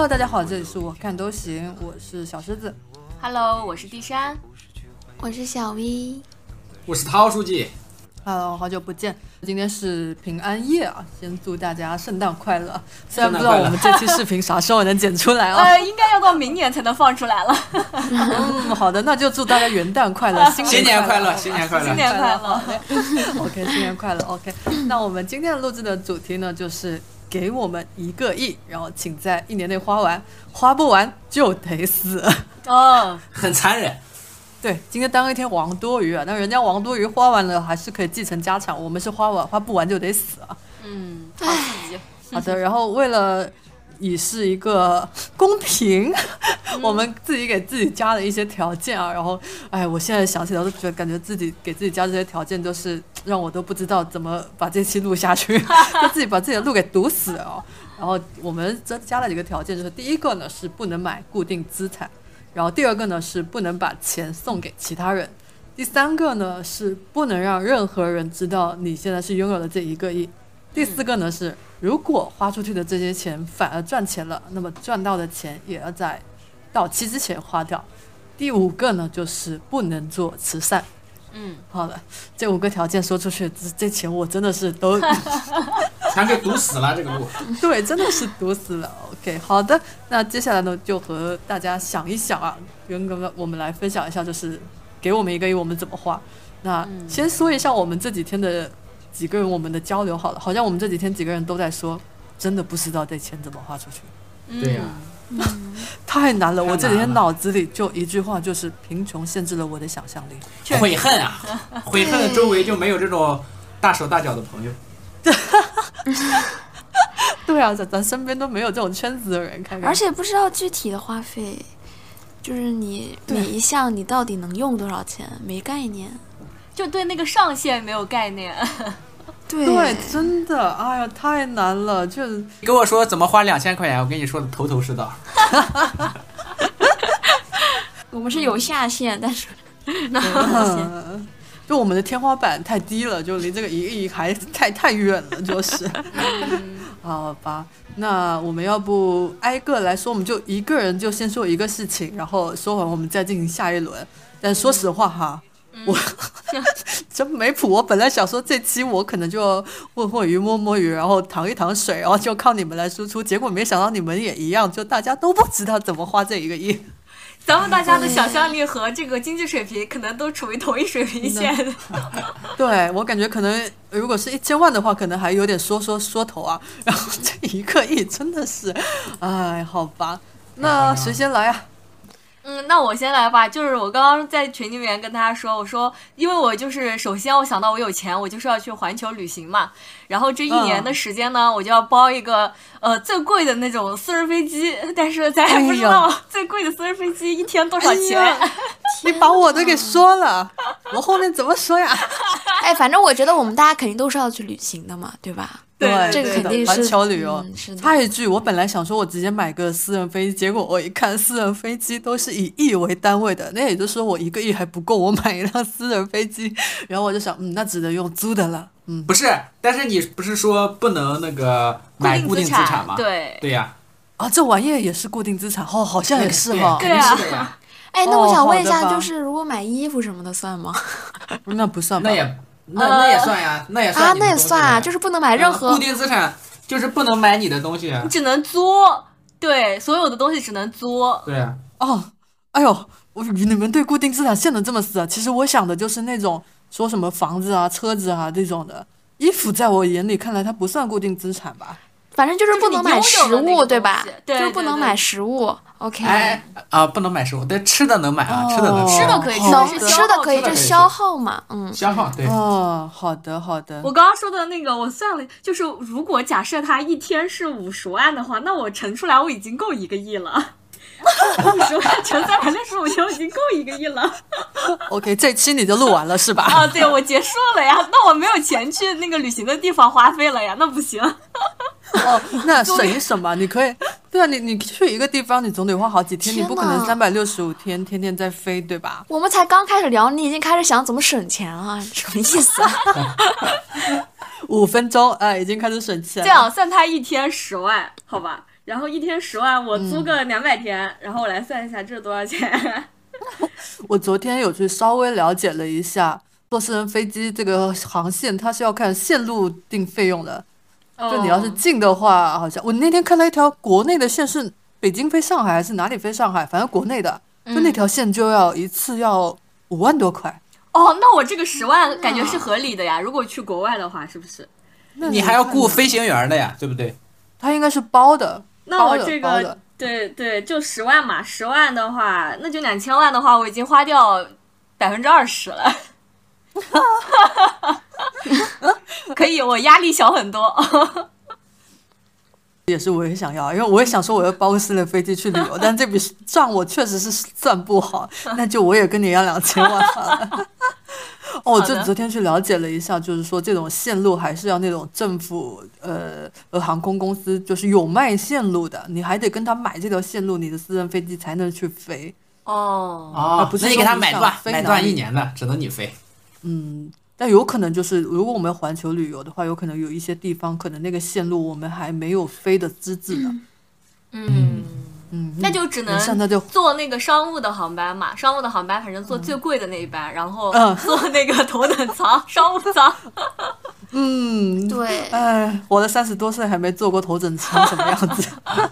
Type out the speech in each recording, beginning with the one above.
Hello， 大家好，这里是我看都行，我是小狮子。 Hello， 我是地山， 我是小 V， 我是涛书记。 Hello， 好久不见，今天是平安夜啊，先祝大家圣诞快乐。虽然不知道我们这期视频啥时候能剪出来啊， 应该要到明年才能放出来了。 好的，那就祝大家元旦快乐，新年快乐，新年快乐， 新年快乐。 OK， 新年快乐。OK， 那我们今天录制的主题呢，就是给我们1个亿，然后请在1年内花完，花不完就得死。 哦， 很残忍。 对，今天当一天王多鱼啊，那人家王多鱼花完了还是可以继承家产，我们是花不完就得死啊。 好刺激。 好的，然后为了以示一个公平，我们自己给自己加了一些条件啊。然后，我现在想起来都觉得，感觉自己给自己加这些条件，都是让我都不知道怎么把这期录下去，就自己把自己的路给堵死了。然后我们加了几个条件，就是第一个呢是不能买固定资产。然后第二个呢是不能把钱送给其他人，第三个呢是不能让任何人知道你现在是拥有了这1个亿，第四个呢是如果花出去的这些钱反而赚钱了，那么赚到的钱也要在到期之前花掉，第5个呢就是不能做慈善。好了，这5个条件说出去，这钱我真的是都全给堵死了这个路。 对，真的是堵死了。OK， 好的，那接下来呢，就和大家想一想啊，跟我们来分享一下，就是给我们1个亿，我们怎么花。那先说一下我们这几天的几个人我们的交流好了，好像我们这几天几个人都在说，真的不知道这钱怎么花出去。 对呀。 太难了，我这几天脑子里就一句话，就是贫穷限制了我的想象力。 悔恨啊，悔恨的周围就没有这种大手大脚的朋友。 对啊，咱身边都没有这种圈子的人，看看。 而且不知道具体的花费，就是你每一项你到底能用多少钱，没概念， 就对那个上限没有概念。 对，真的，哎呀，太难了，就是你跟我说怎么花2000块钱，我跟你说的头头是道。 我们是有下限，但是就我们的天花板太低了，就离这个1个亿还太远了，就是。好吧，那我们要不挨个来说，我们就一个人就先说一个事情，然后说完我们再进行下一轮。但说实话哈。我真没谱，我本来想说这期我可能就混鱼摸鱼，然后淌一淌水，然后就靠你们来输出，结果没想到你们也一样，就大家都不知道怎么花这1个亿。 咱们大家的想象力和这个经济水平可能都处于同一水平线。 对，我感觉可能如果是1000万的话，可能还有点说头啊，然后这1个亿真的是，好吧，那谁先来啊？ 那我先来吧。就是我刚刚在群里面跟大家说，我说因为我就是首先我想到我有钱，我就是要去环球旅行嘛。然后这1年的时间呢，我就要包一个最贵的那种私人飞机，但是咱还不知道最贵的私人飞机1天多少钱。 你把我的给说了，我后面怎么说呀？ 反正我觉得我们大家肯定都是要去旅行的嘛，对吧？ 对， 这个肯定是环球旅游。 插一句，我本来想说我直接买个私人飞机，结果我一看私人飞机都是以亿为单位的，那也就是说我1个亿还不够我买一辆私人飞机，然后我就想，那只能用租的了。 不是，但是你不是说不能那个买固定资产吗？对呀。 这玩意也是固定资产，好像也是哈。 对啊。 那我想问一下，就是如果买衣服什么的算吗？ 那不算吧。 那也算呀，那也算。 那也算啊，就是不能买任何固定资产，就是不能买你的东西啊。 你只能租，对，所有的东西只能租。 对啊。 哎呦，你们对固定资产限得这么死啊？其实我想的就是那种说什么房子啊、车子啊这种的，衣服在我眼里看来它不算固定资产吧。 反正就是不能买食物，对吧？ 对， 就是不能买食物。OK。 不能买食物，但吃的能买啊，吃的能吃的可以， 吃的可以，就消耗嘛， 消耗对。 好的。我刚刚说的那个，我算了，就是如果假设他1天是50万的话，那我乘出来我已经够1个亿了。50万乘365天，我已经够1个亿了。 OK， 这期你就录完了是吧？ 对，我结束了呀。那我没有钱去那个旅行的地方花费了呀，那不行。 那省一省吧，你可以。对啊，你去一个地方，你总得花好几天，你不可能365天天天在飞，对吧？ 我们才刚开始聊，你已经开始想怎么省钱了，什么意思啊 ？5分钟，已经开始省钱了。 这样算他1天10万，好吧？ 然后一天10万，我租个200天，然后我来算一下这多少钱。 我昨天有去稍微了解了一下，坐私人飞机这个航线，它是要看线路定费用的。就你要是近的话，好像我那天看了一条国内的线，是北京飞上海还是哪里飞上海，反正国内的，就那条线就要一次要5万多块。 哦，那我这个10万感觉是合理的呀。如果去国外的话，是不是？ 你还要雇飞行员的呀，对不对？ 它应该是包的。 那我这个对，就10万嘛，10万的话，那就2000万的话，我已经花掉20%了。可以，我压力小很多。 也是我也想要，因为我也想说我要包个私人飞机去旅游，但这笔账我确实是算不好，那就我也跟你要2000万好了。我就昨天去了解了一下，就是说这种线路还是要那种政府航空公司就是有卖线路的，你还得跟他买这条线路，你的私人飞机才能去飞。不是那你给他买断1年的，只能你飞。 但有可能就是如果我们环球旅游的话，有可能有一些地方可能那个线路我们还没有飞的资质呢。 那就只能坐那个商务的航班嘛，商务的航班反正坐最贵的那一班，然后坐那个头等舱、商务舱。 对。 活了30多岁还没坐过头等舱，什么样子？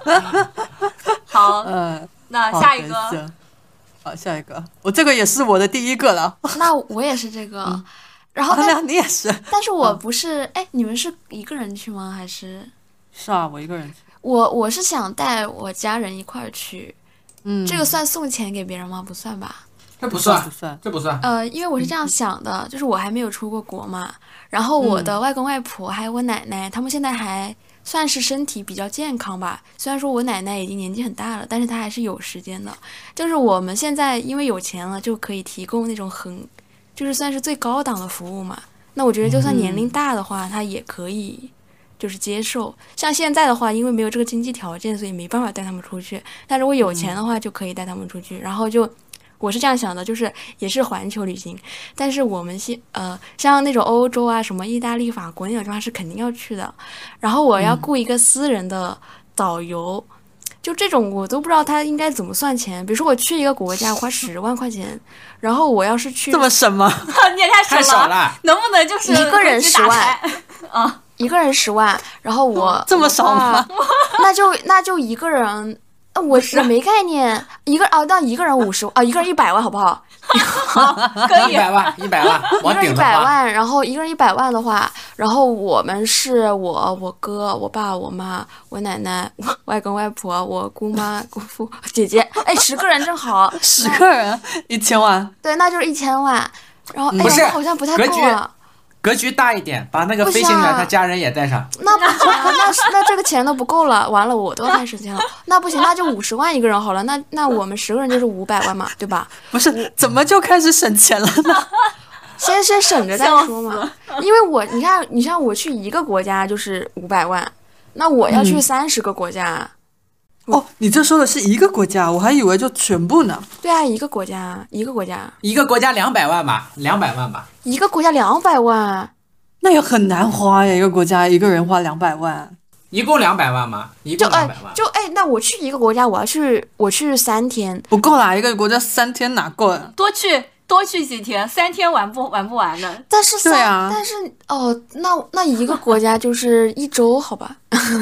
好，那下一个。 好，下一个，我这个也是我的第一个了。 那我也是这个。然后你也是。 但是我不是，你们是一个人去吗？还是？ 是啊，我一个人去。 我是想带我家人一块儿去。这个算送钱给别人吗？不算吧。 这不算，这不算。 因为我是这样想的，就是我还没有出过国嘛，然后我的外公外婆还有我奶奶，他们现在还算是身体比较健康吧。虽然说我奶奶已经年纪很大了，但是她还是有时间的。就是我们现在因为有钱了，就可以提供那种就是算是最高档的服务嘛。那我觉得就算年龄大的话，他也可以就是接受。像现在的话，因为没有这个经济条件，所以没办法带他们出去。但如果有钱的话，就可以带他们出去。然后我是这样想的，就是也是环球旅行，但是我们像那种欧洲啊，什么意大利、法国那种地方是肯定要去的。然后我要雇一个私人的导游。就这种我都不知道他应该怎么算钱。比如说我去一个国家，我花10万块钱，然后我要是去这么省吗？ 你也太少了， 能不能就是一个人10万啊？一个人10万，然后我这么少吗？ 那就一个人，我没概念。那一个人50万啊，一个人100万好不好？ 可以 100万， 一个人100万，然后一个人100万的话，然后我们是我哥、我爸、我妈、我奶奶、我外公外婆、我姑妈、姑父、姐姐，10个人正好。 10个人1000万。 对，那就是1000万。然后不是， 好像不太够啊。 格局大一点，把那个飞行员他家人也带上。 那不行啊，那这个钱都不够了。完了，我都太省钱了。那不行，那就50万一个人好了。那我们10个人就是500万嘛，对吧？ 不是，怎么就开始省钱了呢？ 先省着再说嘛。因为你像我去一个国家就是500万，那我要去30个国家。 你这说的是一个国家，我还以为就全部呢。 对啊，一个国家200 万吧，200万吧。 一个国家200万， 那也很难花呀。一个国家一个人花200万， 一共200万吗？一共200万。 那我去一个国家，我去3天， 不够啦！一个国家3天哪够啊？ 多去几天，3天玩不完呢？ 但是那一个国家就是1周，好吧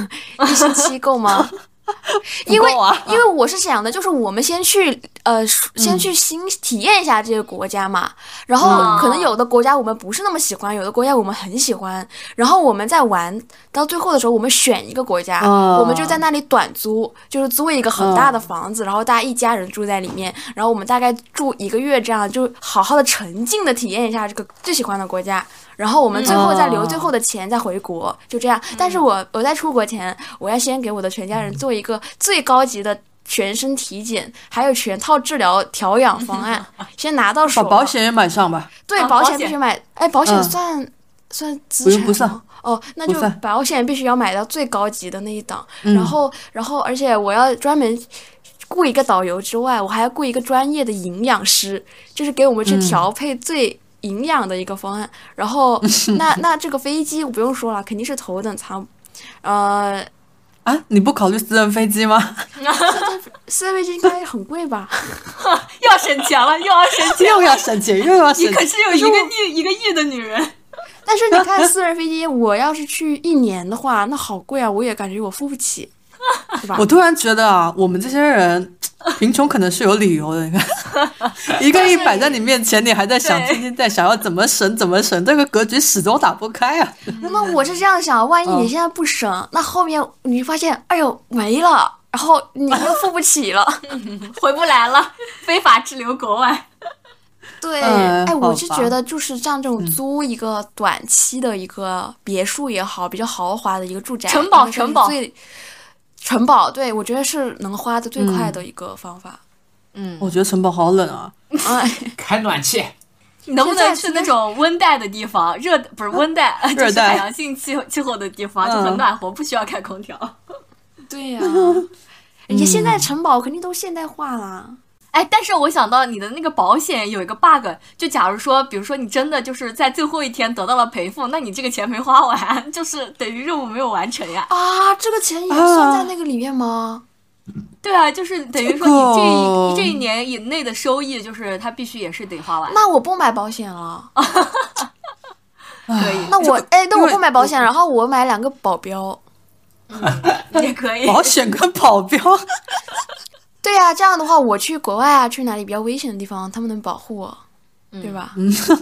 ？1星期够吗？因为我是想的，就是我们先去体验一下这个国家嘛，然后可能有的国家我们不是那么喜欢，有的国家我们很喜欢，然后我们在玩到最后的时候，我们选一个国家，我们就在那里短租，就是租一个很大的房子，然后大家一家人住在里面，然后我们大概住1个月，这样就好好的沉浸的体验一下这个最喜欢的国家。然后我们最后再留最后的钱再回国，就这样。但是我在出国前，我要先给我的全家人做一个最高级的全身体检，还有全套治疗调养方案，先拿到手。 把保险也买上吧。 对，保险必须买。保险算资产吗？ 不算。 那就保险必须要买到最高级的那一档。然后而且我要专门雇一个导游之外，我还要雇一个专业的营养师，就是给我们去调配最营养的一个方案。然后那这个飞机我不用说了，肯定是头等舱。 啊，你不考虑私人飞机吗？ 私人飞机应该很贵吧？ 又要省钱了，又要省钱， 又要省钱，又要省钱。 你可是有一个亿的女人。 但是你看私人飞机，我要是去1年的话，那好贵啊，我也感觉我付不起，对吧？ 我突然觉得啊，我们这些人贫穷可能是有理由的。你看，1个亿摆在你面前，你还在想，天天在想要怎么省，这个格局始终打不开啊。 那么我是这样想，万一你现在不省，那后面你发现，哎呦没了，然后你又付不起了， 回不来了，非法滞留国外。 对，我是觉得就是像这种租一个短期的一个别墅也好，比较豪华的一个住宅， 城堡， 对，我觉得是能花的最快的一个方法。 我觉得城堡好冷啊。 开暖气。 你能不能去那种温带的地方？不是温带，就是海洋性气候的地方，就很暖和，不需要开空调。 对呀，人家现在城堡肯定都现代化了。 但是我想到你的那个保险有一个 bug， 就假如说，比如说你真的就是在最后一天得到了赔付，那你这个钱没花完，就是等于任务没有完成呀。 啊，这个钱也算在那个里面吗？ 对啊，就是等于说你这一年以内的收益，就是它必须也是得花完。 那我不买保险了。 可以。 那我不买保险，然后我买2个保镖。 也可以。 保险跟保镖。 对呀，这样的话，我去国外啊，去哪里比较危险的地方，他们能保护我，对吧？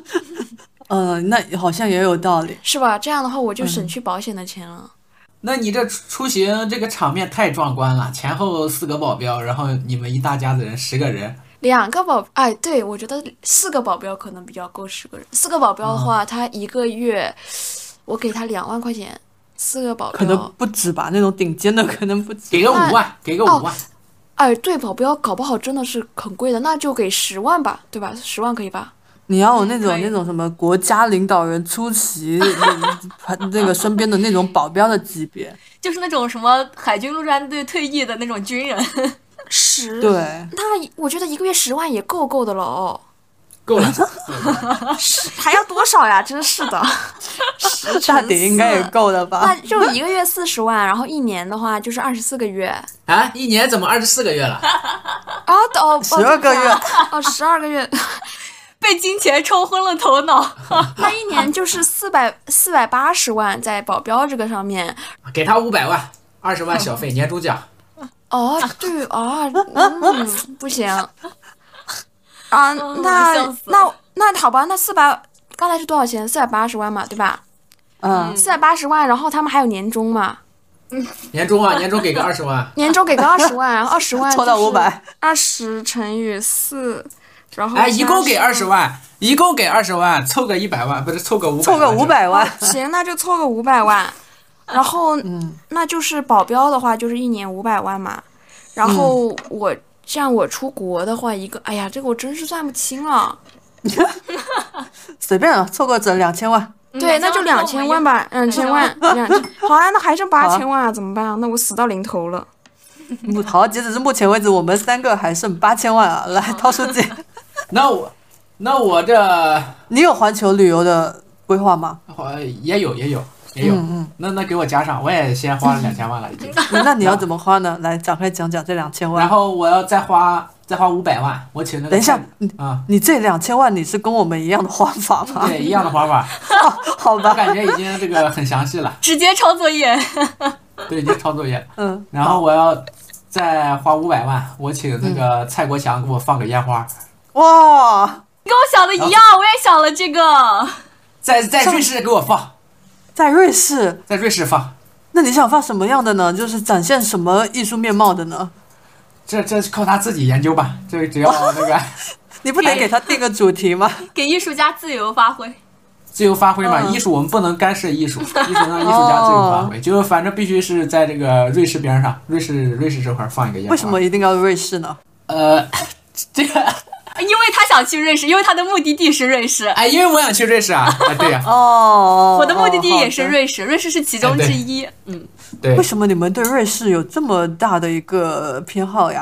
那好像也有道理， 是吧？这样的话，我就省去保险的钱了。 那你这出行这个场面太壮观了，前后4个保镖，然后你们一大家子人10个人 ，2个对，我觉得4个保镖可能比较够10个人。4个保镖的话，他1个月我给他2万块钱，4个保镖可能不止吧，那种顶尖的可能不止， 给个5万，给个5万。 对，保镖搞不好真的是很贵的，那就给10万吧，对吧？10万可以吧？ 你要有那种什么国家领导人出席那个身边的那种保镖的级别， 就是那种什么海军陆战队退役的那种军人。 对， 那我觉得1个月10万也够的了哦。 够了。 还要多少呀？真是的。 大抵应该也够了吧？ 那就1个月40万，然后1年的话就是24个月。 啊，1年怎么24个月了 ？12个月。 12个月。 被金钱冲昏了头脑。 那1年就是480万在保镖这个上面。 给他500万，20万小费，年终奖。 对啊，不行。那好吧，那刚才是多少钱？480万嘛，对吧？480万，然后他们还有年终嘛？ 年终给个20万。 年终给个20万，然后20万凑到 500，20乘以4，然后一共给20万，凑个100万，不是凑个500万。 凑个500万， 行，那就凑个500万。然后那就是保镖的话，就是1年500万嘛。然后我出国的话，这个我真是算不清了。 随便凑个整2000万。 对，那就2000万吧，2000万，好啊，那还剩8000万啊，怎么办啊？那我死到临头了。 好，截止至目前为止，我们3个还剩8000万啊！来，掏书记。 那我这， 你有环球旅游的规划吗？ 也有。那给我加上，我也先花了2000万了已经。 那你要怎么花呢？来展开讲讲这2000万。 然后我要再花500万，我请那个。 等一下，你这2000万你是跟我们一样的花法吗？ 对，一样的花法。 好吧， 我感觉已经这个很详细了。 直接抄作业。 对，已经抄作业。然后我要再花500万，我请那个蔡国强给我放个烟花。 哇， 跟我想的一样，我也想了这个。 在瑞士给我放。 在瑞士放。 那你想放什么样的呢？就是展现什么艺术面貌的呢？ 这靠他自己研究吧，这只要那个。 你不得给他定个主题吗？ 给艺术家自由发挥。 自由发挥嘛，艺术我们不能干涉艺术，让艺术家自由发挥，就反正必须是在这个瑞士边上，瑞士这块放一个烟花。 为什么一定要瑞士呢？ 这个。 因为他想去瑞士，因为他的目的地是瑞士。 因为我想去瑞士啊！对呀。 我的目的地也是瑞士，瑞士是其中之一。 对。 为什么你们对瑞士有这么大的一个偏好呀？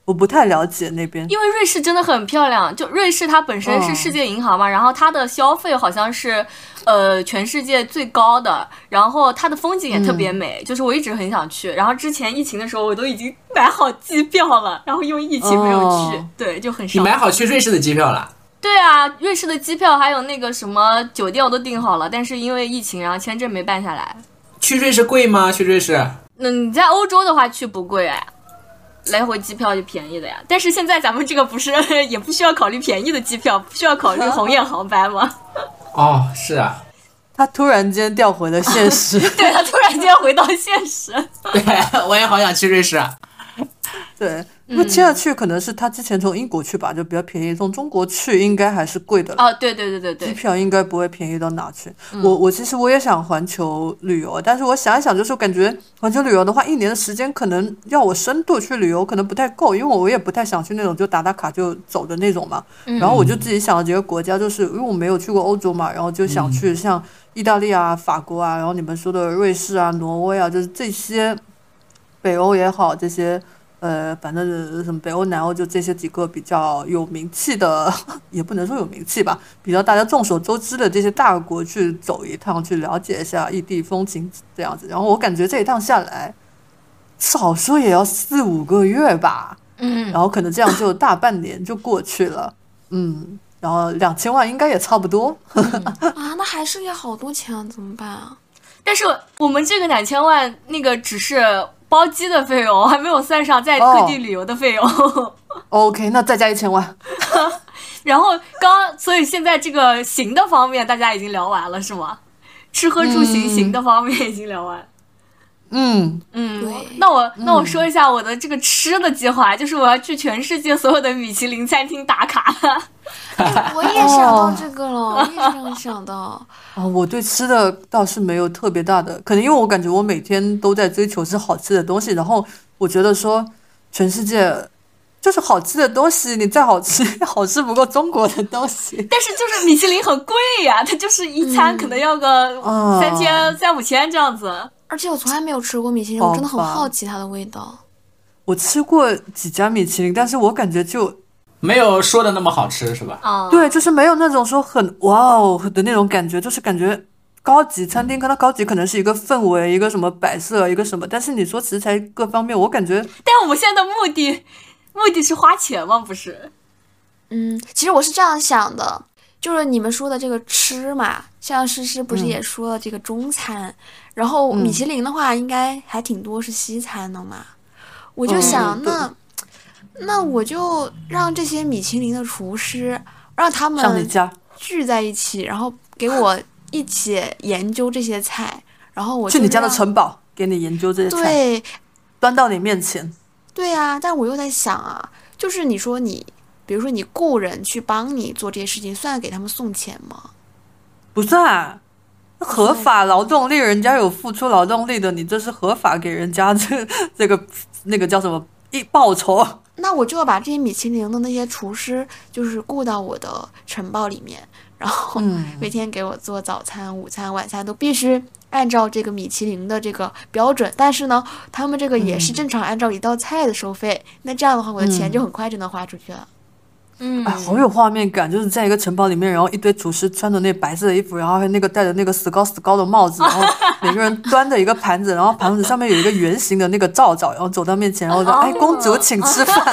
我不太了解那边。 因为瑞士真的很漂亮，就瑞士它本身是世界银行嘛，然后它的消费好像是全世界最高的，然后它的风景也特别美，就是我一直很想去。然后之前疫情的时候我都已经买好机票了，然后因为疫情没有去，对，就很伤。 你买好去瑞士的机票了？ 对啊，瑞士的机票还有那个什么酒店我都订好了，但是因为疫情，然后签证没办下来。 去瑞士贵吗？去瑞士？ 你在欧洲的话去不贵哎。来回机票就便宜的呀，但是现在咱们这个不是也不需要考虑便宜的机票，不需要考虑红眼航班吗？ 哦，是啊， 他突然间调回了现实。 对，他突然间回到现实。 对，我也好想去瑞士啊。 对，因为接着去可能是他之前从英国去吧，就比较便宜，从中国去应该还是贵的了。 哦，对， 机票应该不会便宜到哪去。我其实我也想环球旅游，但是我想一想，就是感觉环球旅游的话，一年的时间可能要我深度去旅游可能不太够，因为我也不太想去那种就打卡就走的那种嘛。然后我就自己想了几个国家，就是因为我没有去过欧洲嘛，然后就想去像意大利啊、法国啊，然后你们说的瑞士啊、挪威啊，就是这些北欧也好，这些。反正什么北欧、南欧就这些几个比较有名气的，也不能说有名气吧，比较大家众所周知的这些大国去走一趟，去了解一下异地风情这样子。然后我感觉这一趟下来，少说也要4-5个月吧，然后可能这样就大半年就过去了，然后2000万应该也差不多。 啊，那还是要好多钱啊，怎么办啊？ 但是我们这个2000万那个只是包机的费用，还没有算上在各地旅游的费用。 OK， 那再加1000万。 然后所以现在这个行的方面大家已经聊完了是吗？吃喝住行的方面已经聊完。 对。 那我说一下我的这个吃的计划，就是我要去全世界所有的米其林餐厅打卡。 我也想到这个了，我也是这样想的。 我对吃的倒是没有特别大的，可能因为我感觉我每天都在追求吃好吃的东西，然后我觉得说全世界就是好吃的东西，你再好吃，好吃不过中国的东西。 但是就是米其林很贵呀，它就是一餐可能要个3000-5000这样子。 而且我从来没有吃过米其林，我真的很好奇它的味道。 我吃过几家米其林，但是我感觉就没有说的那么好吃，是吧？ 对，就是没有那种说很哇哦的那种感觉，就是感觉高级餐厅，跟它高级可能是一个氛围，一个什么摆设，一个什么，但是你说食材各方面，我感觉。 但我们现在的目的是花钱吗？不是。 其实我是这样想的，就是你们说的这个吃嘛，像诗诗不是也说了这个中餐，然后米其林的话应该还挺多是西餐的嘛，我就想那我就让这些米其林的厨师让他们聚在一起，然后给我一起研究这些菜，然后我去你家的城堡给你研究这些菜， 对， 端到你面前。 对啊，但我又在想啊，就是你说比如说你雇人去帮你做这些事情，算给他们送钱吗？ 不算，合法劳动力，人家有付出劳动力的，你这是合法给人家这个那个叫什么报酬。 那我就要把这些米其林的那些厨师就是雇到我的城堡里面，然后每天给我做早餐、午餐、晚餐都必须按照这个米其林的这个标准，但是呢，他们这个也是正常按照一道菜的收费。那这样的话，我的钱就很快就能花出去了。 好有画面感，就是在一个城堡里面，然后一堆厨师穿着那白色的衣服，然后还那个戴着那个死高的帽子，然后每个人端着一个盘子，然后盘子上面有一个圆形的那个罩罩，然后走到面前，然后说：“公主请吃饭。”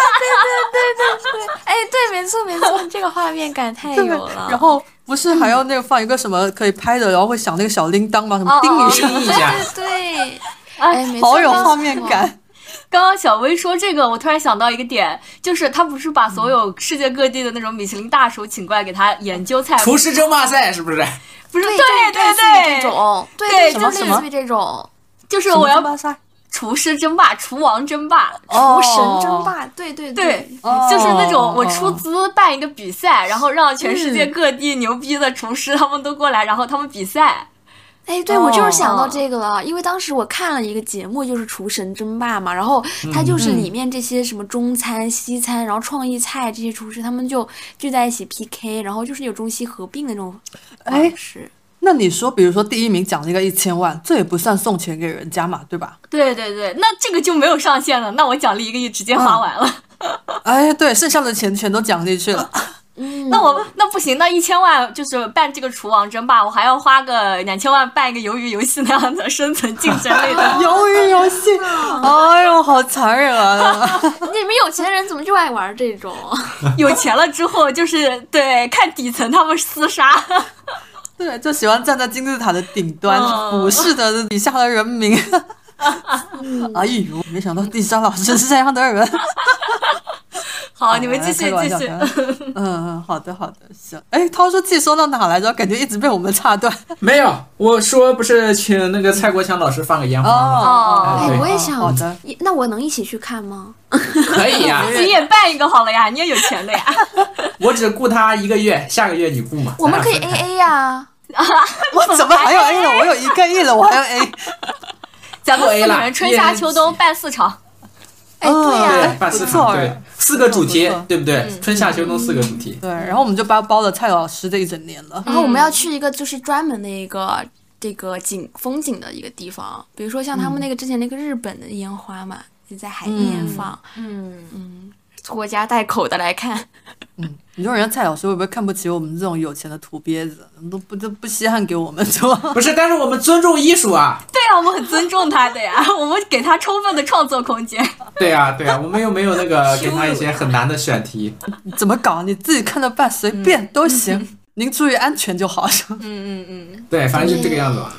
对，没错，这个画面感太有了。 然后不是还要那个放一个什么可以拍的，然后会响那个小铃铛吗？什么叮一下？ 对， 好有画面感。 刚刚小薇说这个，我突然想到一个点，就是他不是把所有世界各地的那种米其林大厨请过来给他研究菜， 厨师争霸赛是不是？ 不是，对， 这种，对， 什么就类似于这种， 就是我要厨师争霸、厨王争霸、 厨神争霸，对， 就是那种我出资办一个比赛，然后让全世界各地牛逼的厨师他们都过来，然后他们比赛。 对，我就是想到这个了，因为当时我看了一个节目，就是厨神争霸嘛，然后它就是里面这些什么中餐、西餐，然后创意菜这些厨师，他们就聚在一起 PK， 然后就是有中西合并的那种方式。 那你说，比如说第一名奖励个1000万，这也不算送钱给人家嘛，对吧？ 对对对，那这个就没有上限了，那我奖励1个亿直接花完了。 哎，对，剩下的钱全都奖励去了。 那不行，那1000万就是办这个厨王争霸，我还要花个2000万办一个鱿鱼游戏那样的生存竞争类的鱿鱼游戏，哎呦，好残忍啊！ 你们有钱人怎么就爱玩这种？ 有钱了之后就是对看底层他们厮杀。 对，就喜欢站在金字塔的顶端，俯视着底下的人民。哎呦，没想到地莎老师是这样的人。 好，你们继续继续。 好的好的，行。哎，涛说自己说到哪来着？感觉一直被我们岔断。 没有，我说不是请那个蔡国强老师放个烟花吗？ 哎，我也想。 好的， 那我能一起去看吗？ 可以呀， 你也办一个好了呀，你也有钱的呀。 我只雇他1个月，下个月你雇嘛。 我们可以 AA 呀。 我怎么还要 A 了？我有1个亿了，我还要 A。 咱们4个人春夏秋冬办4场。 哎，对呀， 对，办4场，对，4个主题，对不对？春夏秋冬4个主题。 对，然后我们就包了蔡老师这一整年了。 然后我们要去一个就是专门的一个这个风景的一个地方，比如说像他们那个之前那个日本的烟花嘛，就在海边放。拖家带口的来看。 你说人家蔡老师会不会看不起我们这种有钱的土鳖子，都不稀罕给我们是吧？ 不是，但是我们尊重艺术啊。 对啊，我们很尊重他的呀，我们给他充分的创作空间。 对啊，我们又没有那个给他一些很难的选题。 怎么搞？你自己看着办，随便都行。您注意安全就好。 对，反正就这个样子吧。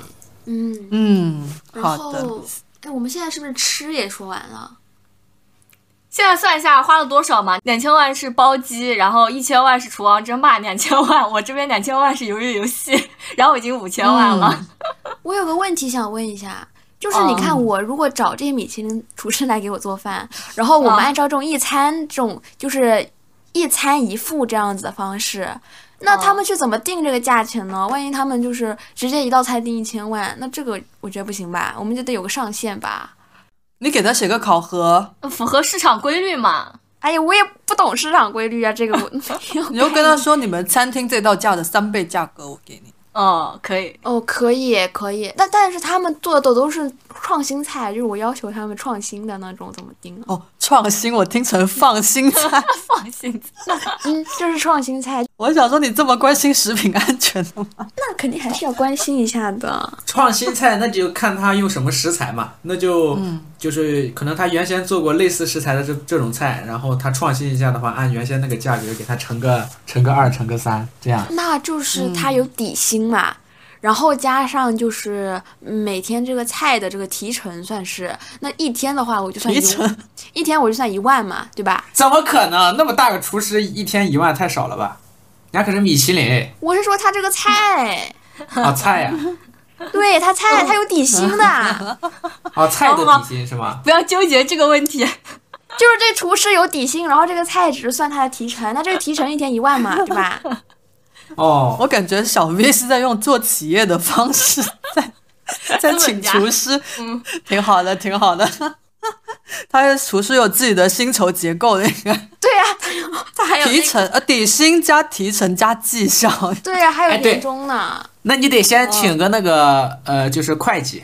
好的。 哎，我们现在是不是吃也说完了？ 现在算一下花了多少嘛？2000万是包机，然后1000万是厨王争霸，2000万我这边2000万是鱿鱼游戏，然后已经5000万了。 我有个问题想问一下，就是你看我如果找这些米其林厨师来给我做饭，然后我们按照这种一餐这种就是一餐一付这样子的方式，那他们去怎么定这个价钱呢？万一他们就是直接一道菜定1000万，那这个我觉得不行吧，我们就得有个上限吧。 你给他写个考核， 符合市场规律嘛。 哎呀，我也不懂市场规律啊，这个我没有。 你就跟他说你们餐厅这道价的3倍价格我给你。 可以。 可以。但是他们做的都是创新菜，就是我要求他们创新的那种，怎么定啊？ 创新我听成放心菜。 放心菜。 就是创新菜。 我想说你这么关心食品安全的吗？ 那肯定还是要关心一下的。 创新菜那就看他用什么食材嘛，那就是可能他原先做过类似食材的这种菜，然后他创新一下的话，按原先那个价格给他乘个2乘个3这样。 那就是他有底薪嘛，然后加上就是每天这个菜的这个提成算是，那一天的话我就算一天我就算1万嘛，对吧？ 怎么可能？那么大个厨师一天1万太少了吧？人家可是米其林。 我是说他这个菜。 菜呀。 对，他菜他有底薪的。 菜的底薪是吗？ 不要纠结这个问题。 就是这厨师有底薪，然后这个菜只是算他的提成，那这个提成一天1万嘛，对吧？ 我感觉小 V 是在用做企业的方式在请厨师，挺好的。他厨师有自己的薪酬结构的一个。 对呀，他还有提成底薪加提成加绩效。 对呀，还有年终呢。 那你得先请个那个就是会计。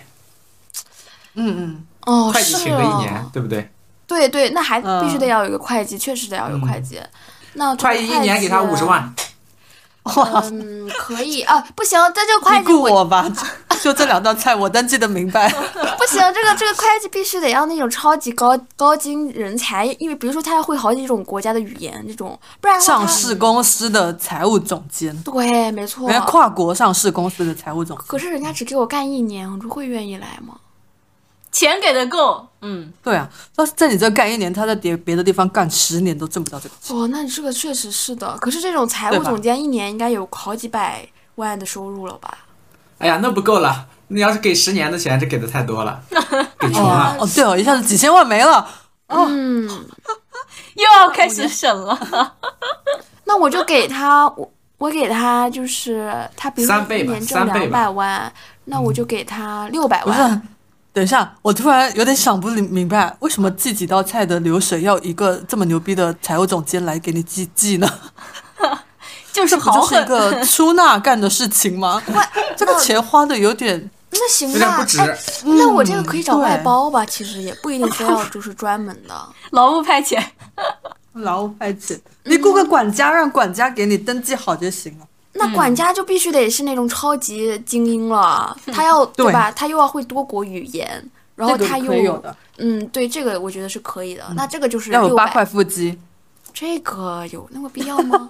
会计请个1年，对不对？ 对，那还必须得要有一个会计，确实得要有会计。那会计1年给他50万。 可以啊，不行，这个会计你雇我吧，就这2道菜我登记的明白。 不行，这个会计必须得要那种超级高精人才，因为比如说他会好几种国家的语言，这种不然上市公司的财务总监。 对，没错。 人家跨国上市公司的财务总监。 可是人家只给我干1年，我就会愿意来吗？ 钱给的够。 对啊，要是在你这干1年，他在别的地方干10年都挣不到这个钱。 那这个确实是的。可是这种财务总监1年应该有好几百万的收入了吧？ 哎呀，那不够了。你要是给10年的钱，这给的太多了，给穷了。 对，一下子几千万没了。 又要开始省了。 那我就给他，我给他就是他，比如说1年挣200万，那我就给他600万。 不是，等一下，我突然有点想不明白，为什么记几道菜的流水要一个这么牛逼的财务总监来给你记呢？ 就是这不就是一豪横。 个出纳干的事情吗？这个钱花的有点， 那行吧有点不，值。 哎，那我这个可以找外对包吧？其实也不一定非要就是专门的。 劳务派遣。 劳务派遣，你雇个管家，让管家给你登记好就行了。 那管家就必须得是那种超级精英了，他要对吧？他又要会多国语言，然后这个他可以有的， 对，这个我觉得是可以的。那这个就是要有8 600 块腹肌。 这个有那么必要吗？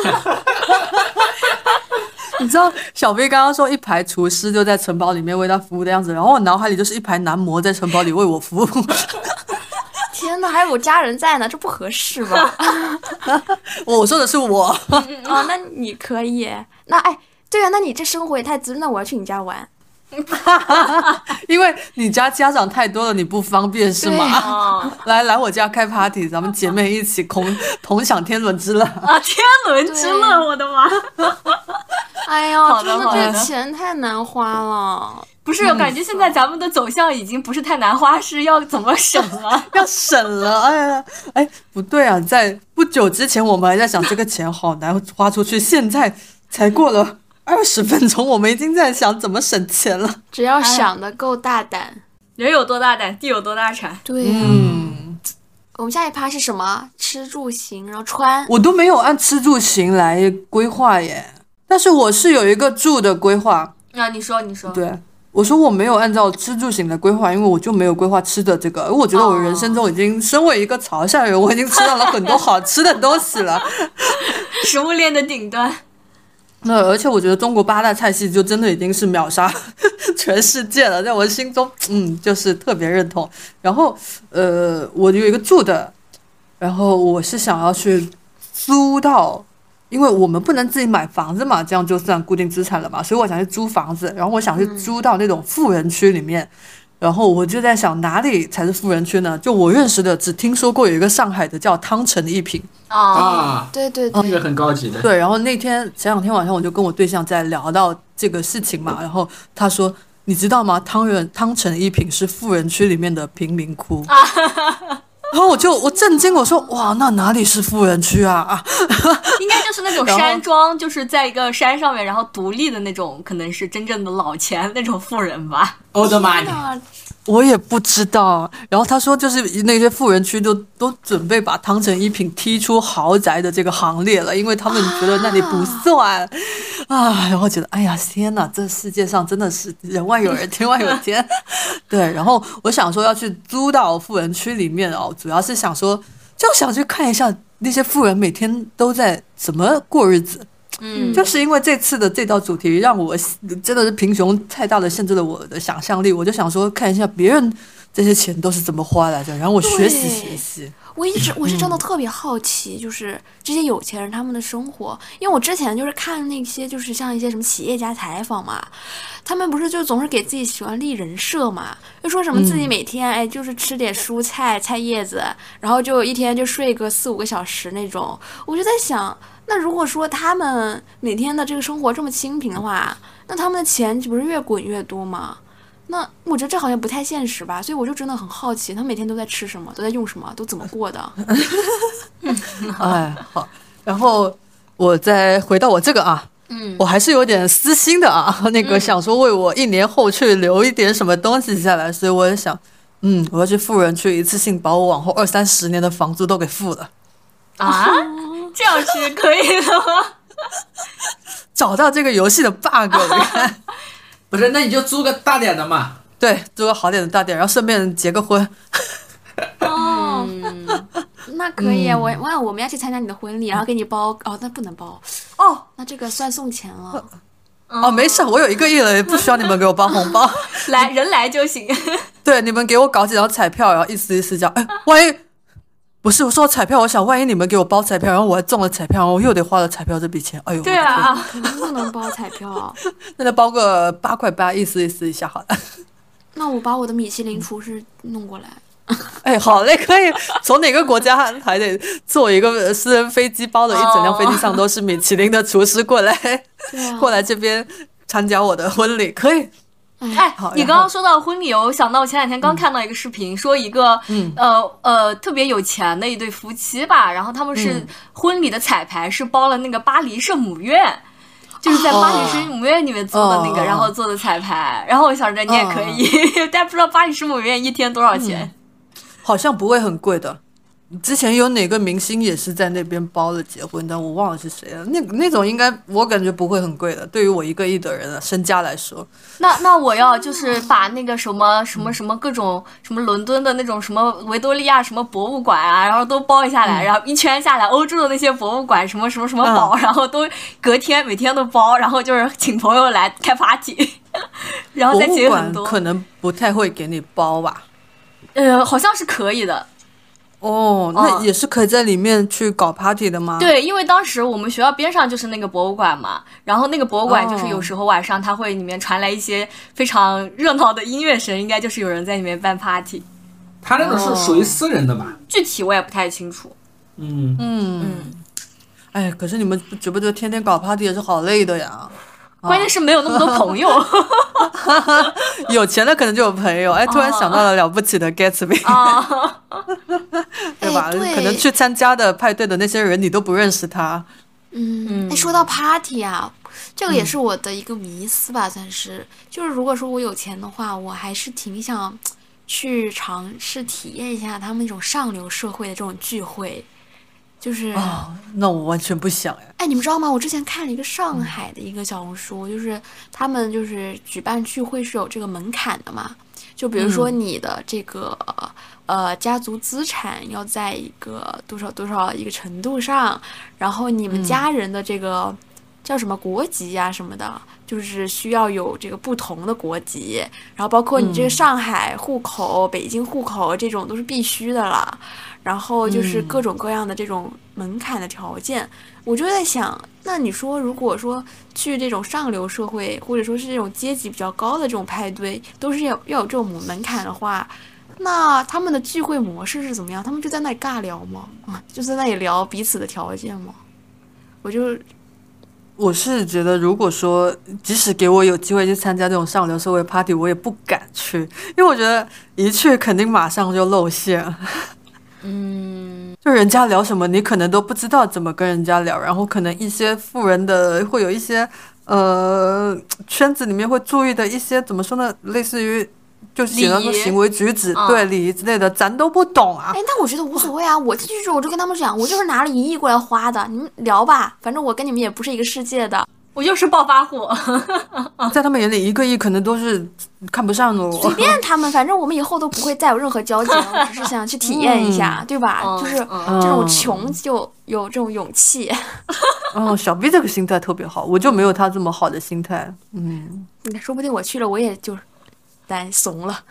你知道小飞刚刚说一排厨师就在城堡里面为他服务的样子，然后我脑海里就是一排男模在城堡里为我服务。 天哪，还有家人在呢，这不合适吧？ 我说的是我， 哦，那你可以。那哎，对啊，那你这生活也太滋润，那我要去你家玩。 因为你家家长太多了，你不方便是吗？ 哦来我家开 party，咱们姐妹一起同享天伦之乐。 啊，天伦之乐，我的妈！ 哎呀， 好的真的好的这钱太难花了。 不是，我感觉现在咱们的走向已经不是太难花，是要怎么省了。 要省了，哎呀，哎，不对啊，在不久之前我们还在想这个钱好难花出去，现在才过了20分钟，我们已经在想怎么省钱了。 只要想的够大胆。 人有多大胆，地有多大产。 对呀、我们下一趴是什么？吃住行，然后穿。 我都没有按吃住行来规划耶，但是我是有一个住的规划。 啊，你说，你说。 对，我说我没有按照吃住行的规划，因为我就没有规划吃的这个。我觉得我人生中已经身为一个潮汕人，我已经吃到了很多好吃的东西了。 食物链的顶端。 那而且我觉得中国8大菜系就真的已经是秒杀全世界了，在我心中，就是特别认同。然后，我有一个住的，然后我是想要去租到，因为我们不能自己买房子嘛，这样就算固定资产了嘛，所以我想去租房子，然后我想去租到那种富人区里面。然后我就在想哪里才是富人区呢？就我认识的，只听说过有一个上海的叫汤臣一品。 啊， 对对对， 这个很高级的。 对，然后前两天晚上我就跟我对象在聊到这个事情嘛，然后他说你知道吗？汤臣一品是富人区里面的贫民窟。然后我震惊，我说哇，那哪里是富人区啊？ 应该就是那种山庄，就是在一个山上面，然后独立的那种，可能是真正的老钱那种富人吧。 欧德玛尼， 那我也不知道。然后他说，就是那些富人区都准备把汤臣一品踢出豪宅的这个行列了，因为他们觉得那里不算啊。然后觉得，哎呀，天哪，这世界上真的是人外有人，天外有天。对，然后我想说要去租到富人区里面哦，主要是想说，就想去看一下那些富人每天都在怎么过日子。就是因为这次的这道主题让我真的是贫穷太大的限制了我的想象力，我就想说看一下别人这些钱都是怎么花来的，然后我学习。 我是真的特别好奇，就是这些有钱人他们的生活，因为我之前就是看那些就是像一些什么企业家采访嘛，他们不是就总是给自己喜欢立人设嘛，就说什么自己每天就是吃点蔬菜菜叶子，然后就一天就睡个4-5个小时那种，我就在想，那如果说他们每天的这个生活这么清贫的话，那他们的钱岂不是越滚越多吗？那我觉得这好像不太现实吧，所以我就真的很好奇，他每天都在吃什么，都在用什么，都怎么过的。 哎，好，然后我再回到我这个啊，我还是有点私心的啊，那个想说为我1年后去留一点什么东西下来，所以我也想，我要去富人区一次性把我往后20-30年的房租都给付了啊，这样是可以的吗？ 找到这个游戏的 bug， 你看。 不是，那你就租个大点的嘛。 对，租个好点的大点，然后顺便结个婚。 哦，那可以，我们要去参加你的婚礼，然后给你包哦，那不能包哦，那这个算送钱了。 哦，没事，我有1个亿了，也不需要你们给我包红包。 人来就行。 对，你们给我搞几张彩票，然后意思这样。哎，万一不是我说彩票，我想万一你们给我包彩票，然后我还中了彩票，然后我又得花了彩票这笔钱。哎呦， 对啊， 肯定不能包彩票。 那就包个8块8，意思一下好了。 那我把我的米其林厨师弄过来。 哎，好嘞，可以。从哪个国家还得坐一个私人飞机，包了一整辆飞机上都是米其林的厨师过来，过来这边参加我的婚礼，可以。 哎好， 你然后刚刚说到婚礼，我想到我前两天刚看到一个视频，说一个特别有钱的一对夫妻吧，然后他们是婚礼的彩排是包了那个巴黎圣母院。就是在巴黎圣母院里面做的那个，然后做的彩排，然后我想着你也可以，但不知道巴黎圣母院一天多少钱？ 好像不会很贵的。之前有哪个明星也是在那边包了结婚，但我忘了是谁了。那种应该我感觉不会很贵的，对于我1个亿的人的身家来说。 那我要就是把那个什么各种什么伦敦的那种什么维多利亚什么博物馆啊，然后都包一下来，然后一圈下来，欧洲的那些博物馆什么堡，然后都隔天每天都包，然后就是请朋友来开 party， 然后再请很多。 博物馆可能不太会给你包吧？ 好像是可以的。 那也是可以在里面去搞 party 的吗？ 对，因为当时我们学校边上就是那个博物馆嘛，然后那个博物馆就是有时候晚上它会里面传来一些非常热闹的音乐声，应该就是有人在里面办 party。 他那种是属于私人的吧？ 具体我也不太清楚。 哎，可是你们觉不觉得天天搞 party 也是好累的呀？ 关键是没有那么多朋友。 有钱的可能就有朋友。哎，突然想到了了不起的 Gatsby，对吧？ 对， 可能去参加的派对的那些人你都不认识他。 说到 party 啊，这个也是我的一个迷思吧，算是。就是如果说我有钱的话，我还是挺想去尝试体验一下他们那种上流社会的这种聚会。就是那我完全不想哎，你们知道吗？我之前看了一个上海的一个小红书，就是他们就是举办聚会是有这个门槛的嘛，就比如说你的这个家族资产要在一个多少多少一个程度上，然后你们家人的这个叫什么国籍呀什么的，就是需要有这个不同的国籍，然后包括你这个上海户口、北京户口这种都是必须的了。然后就是各种各样的这种门槛的条件，我就在想，那你说如果说去这种上流社会，或者说是这种阶级比较高的这种派对，都是要有这种门槛的话，那他们的聚会模式是怎么样？他们就在那里尬聊吗？就在那里聊彼此的条件吗？ 我是觉得，如果说即使给我有机会去参加这种上流社会 party， 我也不敢去，因为我觉得一去肯定马上就露馅。就人家聊什么，你可能都不知道怎么跟人家聊，然后可能一些富人的会有一些圈子里面会注意的一些怎么说呢，类似于就写了说行为举止，对礼仪之类的，咱都不懂啊。 哎，但我觉得无所谓啊，我进去之后我就跟他们讲，我就是拿了1亿过来花的，你们聊吧，反正我跟你们也不是一个世界的。 我就是暴发户。 在他们眼里1个亿可能都是看不上的我。 随便他们，反正我们以后都不会再有任何交集了，我只是想去体验一下，对吧？就是这种穷就有这种勇气。 小 B 这个心态特别好，我就没有他这么好的心态。 说不定我去了我也就怂了。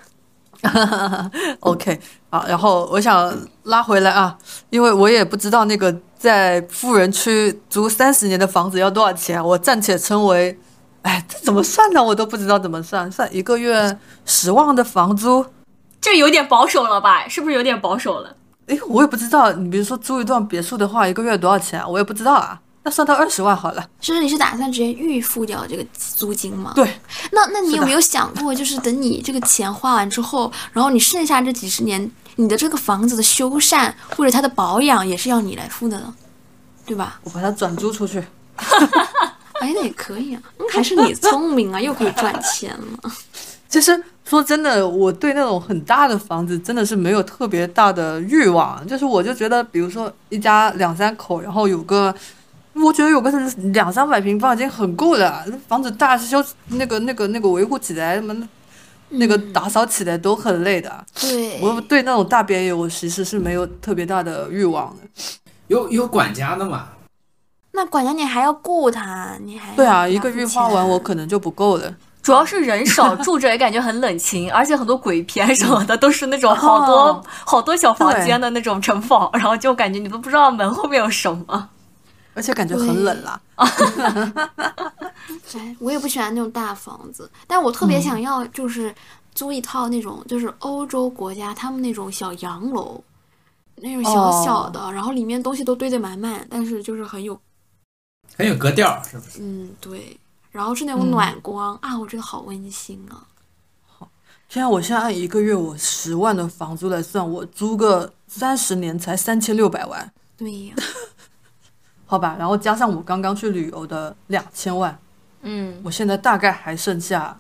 OK 啊，然后我想拉回来啊，因为我也不知道那个在富人区租30年的房子要多少钱，我暂且称为，哎，这怎么算呢？我都不知道怎么算1个月10万的房租， 这有点保守了吧？是不是有点保守了？ 哎，我也不知道，你比如说租一幢别墅的话，1个月多少钱啊？我也不知道啊。那算到20万好了。 你是打算直接预付掉这个租金吗？ 对。 那你有没有想过，就是等你这个钱花完之后，然后你剩下这几十年，你的这个房子的修缮或者它的保养也是要你来付的呢，对吧？ 我把它转租出去。 哎，那也可以啊，还是你聪明啊，又可以赚钱了。 其实说真的，我对那种很大的房子真的是没有特别大的欲望，就是我就觉得，比如说一家2、3口，然后我觉得有个200-300平方已经很够了，房子大修那个维护起来那个打扫起来都很累的。 对， 我对那种大别野我其实是没有特别大的欲望的。 有管家的嘛？ 那管家你还要雇他，你还对啊，1个月花完我可能就不够了。 主要是人少，住着也感觉很冷清，而且很多鬼片什么的都是那种好多小房间的那种城堡，然后就感觉你都不知道门后面有什么。 而且感觉很冷啦。 我也不喜欢那种大房子，但我特别想要就是租一套那种就是欧洲国家他们那种小洋楼，那种小小的，然后里面东西都堆得满满，但是就是很有格调，是不是？ 对。然后是那种暖光啊，我觉得好温馨啊。 天啊，我现在按一个月我10万的房租来算，我租个30年才3600万， 对呀， 好吧，然后加上我刚刚去旅游的2000万，我现在大概还剩下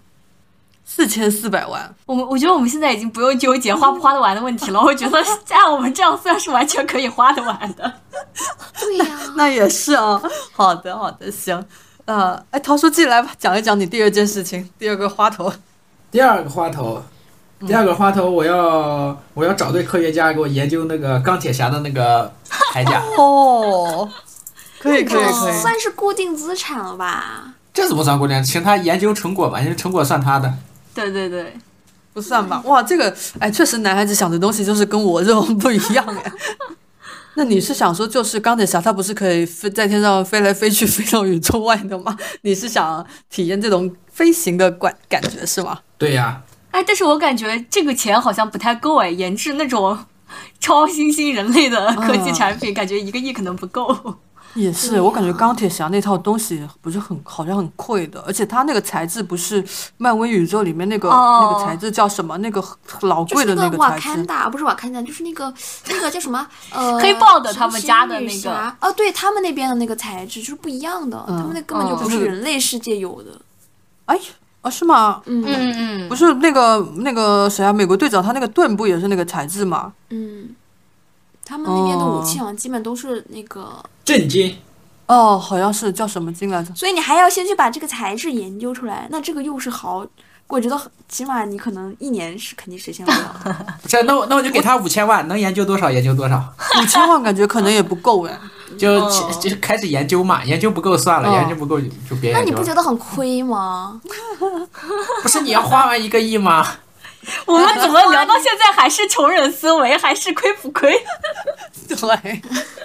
4400万。 我觉得我们现在已经不用纠结花不花得完的问题了，我觉得按我们这样算是完全可以花得完的。 对呀， 那也是啊。好的好的，行。陶书记来吧，讲一讲你第二件事情，第二个花头。 第二个花头，我要找对科学家给我研究那个钢铁侠的那个铠甲。 哦，可以。 算是固定资产了吧？ 这怎么算固定？请他研究成果吧，因为成果算他的。 对， 不算吧？哇，这个确实男孩子想的东西就是跟我这种不一样哎。那你是想说，就是钢铁侠他不是可以在天上飞来飞去，飞到宇宙外的吗？你是想体验这种飞行的感觉是吗？ 对呀。 但是我感觉这个钱好像不太够研制那种超新兴人类的科技产品，感觉1个亿可能不够。 也是，我感觉钢铁侠那套东西不是好像很贵的，而且它那个材质不是漫威宇宙里面那个材质叫什么？那个老贵的那个材质。 瓦坎达不是瓦坎达，就是那个叫什么？ 黑豹的他们家的那个。 对他们那边的那个材质就是不一样的，他们那根本就不是人类世界有的。 是吗？不是那个谁啊？美国队长他那个盾不也是那个材质吗？ 他们那边的武器好像基本都是那个震金。 好像是叫什么金来着？ 所以你还要先去把这个材质研究出来，那这个又是我觉得起码你可能1年是肯定实现不了的。 那我就给他5000万，能研究多少研究多少。 5000万感觉可能也不够哎。 就开始研究嘛，研究不够算了，研究不够就别研究了。 那你不觉得很亏吗？ 不是你要花完1个亿吗？ 我们怎么聊到现在还是穷人思维，还是亏不亏？ 对。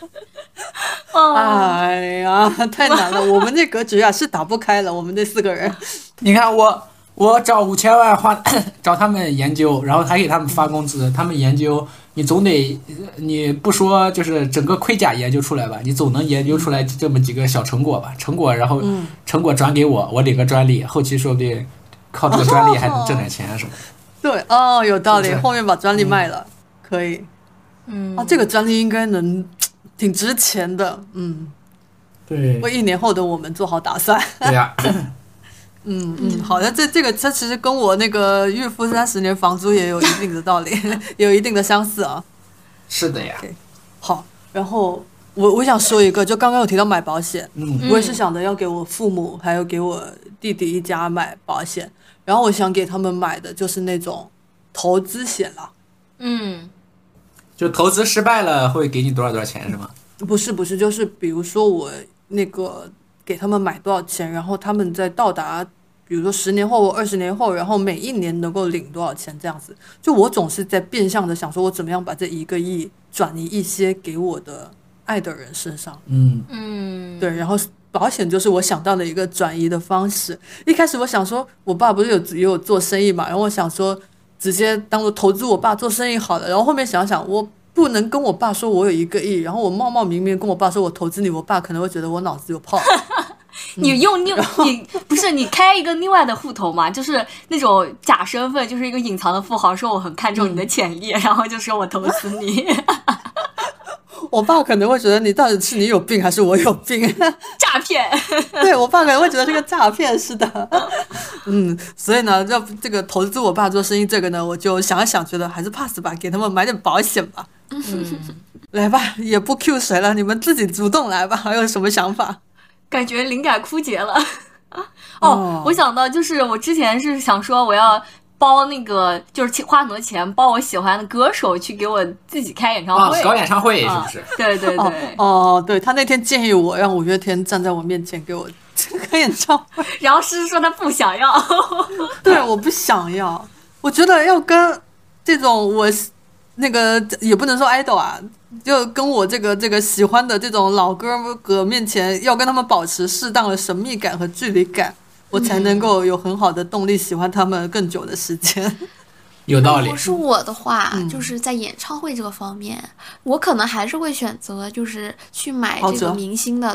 哎呀，太难了，我们这格局啊是打不开了，我们这4个人。 你看我找5000万找他们研究，然后还给他们发工资，他们研究，你总得，你不说就是整个盔甲研究出来吧，你总能研究出来这么几个小成果吧？成果，然后成果转给我领个专利，后期说不定靠这个专利还能挣点钱什么。 对，有道理，后面把专利卖了，可以。这个专利应该能挺值钱的。 对， 为1年后的我们做好打算。 对呀。 好的，这个其实跟我那个预付30年房租也有一定的道理，也有一定的相似啊。 是的呀。 好，然后我想说一个，就刚刚有提到买保险，我也是想着要给我父母还有给我弟弟一家买保险，然后我想给他们买的就是那种投资险了。 就投资失败了会给你多少钱是吗？ 不是，就是比如说我那个给他们买多少钱，然后他们在到达比如说10年后20年后，然后每1年能够领多少钱这样子。就我总是在变相的想说我怎么样把这1个亿转移一些给我的爱的人身上。对，然后保险就是我想到的一个转移的方式。一开始我想说我爸不是也有做生意嘛，然后我想说直接当做投资我爸做生意好了，然后后面想想我不能跟我爸说我有1个亿，然后我冒冒明明跟我爸说我投资你，我爸可能会觉得我脑子有泡。 你用你不是你开一个另外的户头嘛，就是那种假身份，就是一个隐藏的富豪，说我很看重你的潜力，然后就说我投资你。 我爸可能会觉得你到底是你有病还是我有病？ 诈骗。 对，我爸可能会觉得是个诈骗似的。所以呢，这个投资我爸做生意这个呢，我就想了想，觉得还是 pass 吧，给他们买点保险吧。来吧，也不 Q 谁了，你们自己主动来吧，还有什么想法？ 感觉灵感枯竭了。我想到就是我之前是想说我要包那个，就是花很多钱包我喜欢的歌手去给我自己开演唱会， 搞演唱会是不是？ 对。 对，他那天建议我让5月天站在我面前给我开演唱会， 然后诗诗说他不想要。 对，我不想要，我觉得要跟这种我那个也不能说 idol 啊，就跟我这个喜欢的这种老哥哥面前，要跟他们保持适当的神秘感和距离感，我才能够有很好的动力喜欢他们更久的时间。 有道理。 如果是我的话，就是在演唱会这个方面，我可能还是会选择就是去买这个明星的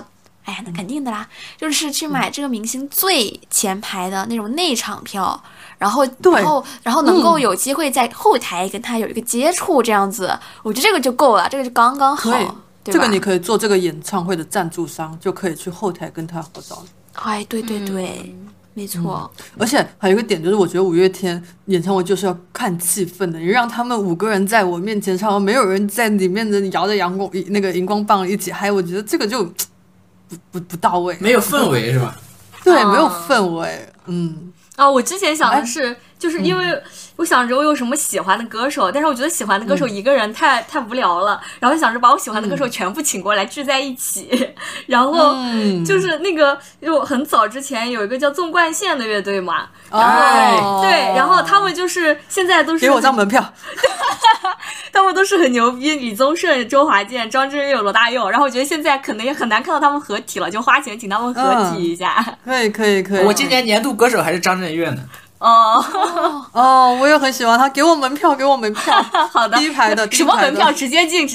哎呀，那肯定的啦，就是去买这个明星最前排的那种内场票，然后能够有机会在后台跟他有一个接触，这样子，我觉得这个就够了，这个就刚刚好。对吧， 这个你可以做这个演唱会的赞助商，就可以去后台跟他合照。 哎，对对对，没错。 而且还有一个点就是，我觉得五月天演唱会就是要看气氛的，你让他们5个人在我面前唱，没有人在里面的摇着那个荧光棒一起嗨，我觉得这个就不到位， 没有氛围是吧？ 对，没有氛围。 我之前想的是，就是因为我想着我有什么喜欢的歌手，但是我觉得喜欢的歌手一个人太无聊了，然后想着把我喜欢的歌手全部请过来聚在一起，然后就是那个就很早之前有一个叫纵贯线的乐队嘛，然后对，然后他们就是现在都是给我张门票， 他们都是很牛逼，李宗盛、周华健、张震岳、罗大佑，然后我觉得现在可能也很难看到他们合体了，就花钱请他们合体一下。 可以。 我今年年度歌手还是张震岳呢。 我也很喜欢他，给我门票。 好的， 第一排的什么门票？直接进。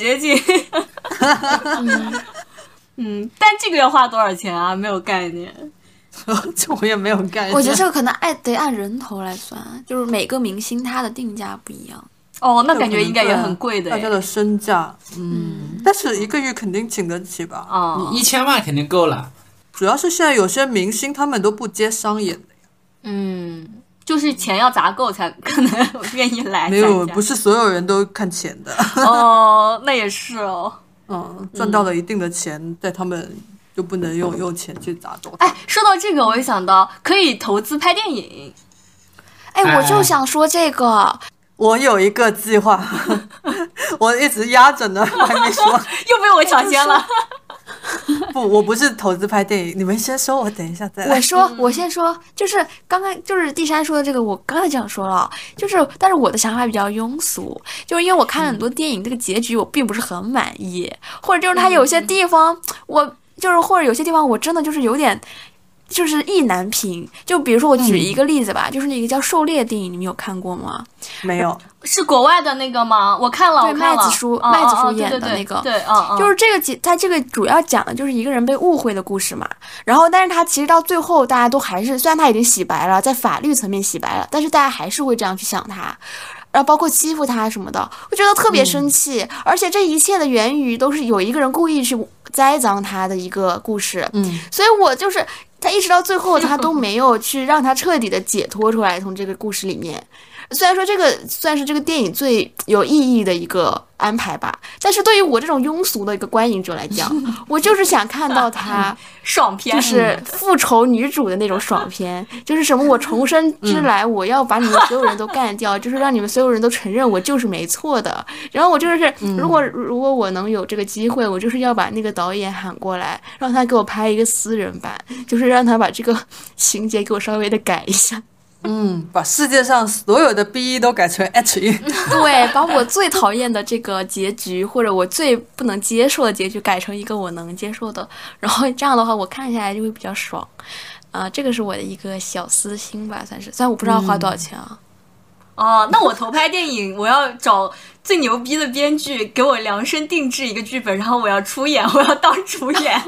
但这个要花多少钱啊？没有概念。 这我也没有概念。 我觉得这个可能得按人头来算，就是每个明星他的定价不一样。 那感觉应该也很贵的。 大家的身价，但是1个月肯定请得起吧？ 你1000万肯定够了。 主要是现在有些明星他们都不接商演的呀。就是钱要砸够才可能愿意来。 没有，不是所有人都看钱的。 那也是哦。 赚到了一定的钱，在他们就不能用钱去砸走。 说到这个，我也想到可以投资拍电影。 我就想说这个。 我有一个计划，我一直压着呢，还没说。 又被我抢先了。 不，我不是投资拍电影，你们先说，我等一下再来。 我先说，就是刚刚就是地山说的这个，我刚才就想说了，但是我的想法比较庸俗，就是因为我看了很多电影，这个结局我并不是很满意，或者就是它有些地方或者有些地方我真的就是有点。就是意难平，就比如说我举一个例子吧，就是那个叫《狩猎》电影，你们有看过吗？ 没有， 是国外的那个吗？我看了， 对，麦子叔演的那个， 对， 就是这个他这个主要讲的就是一个人被误会的故事嘛。然后，但是他其实到最后，大家都还是，虽然他已经洗白了，在法律层面洗白了，但是大家还是会这样去想他。然后包括欺负他什么的，我觉得特别生气，而且这一切的源于都是有一个人故意去栽赃他的一个故事，所以我就是他一直到最后他都没有去让他彻底的解脱出来从这个故事里面。虽然说这个算是这个电影最有意义的一个安排吧，但是对于我这种庸俗的一个观影者来讲，我就是想看到他爽片， 就是复仇女主的那种爽片，就是什么我重生之来，我要把你们所有人都干掉，就是让你们所有人都承认我就是没错的。然后我就是如果我能有这个机会，我就是要把那个导演喊过来，让他给我拍一个私人版，就是让他把这个情节给我稍微的改一下。 把世界上所有的 B 都改成 H 音。 对，把我最讨厌的这个结局，或者我最不能接受的结局改成一个我能接受的，然后这样的话我看下来就会比较爽。这个是我的一个小私心吧，算是，虽然我不知道花多少钱啊。 那我投拍电影，我要找最牛逼的编剧给我量身定制一个剧本，然后我要出演，我要当主演。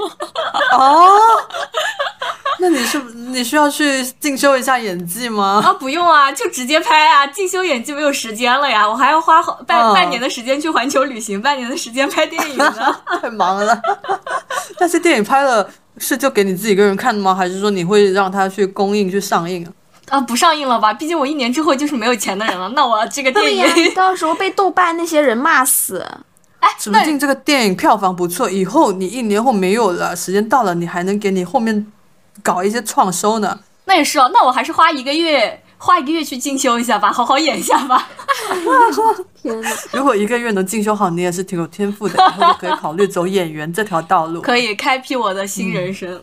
那你需要去进修一下演技吗？ 不用啊，就直接拍啊！进修演技没有时间了呀，我还要花半年的时间去环球旅行，半年的时间拍电影呢。 太忙了。但是电影拍了是就给你自己一个人看吗？还是说你会让它去公映去上映不上映了吧？毕竟我1年之后就是没有钱的人了。那我这个电影到时候被豆瓣那些人骂死。 指不定这个电影票房不错，以后你1年后没有了，时间到了，你还能给你后面搞一些创收呢。 那也是哦，那我还是花一个月去进修一下吧，好好演一下吧。 天哪！ 如果1个月能进修好，你也是挺有天赋的，以后就可以考虑走演员这条道路， 可以开辟我的新人生。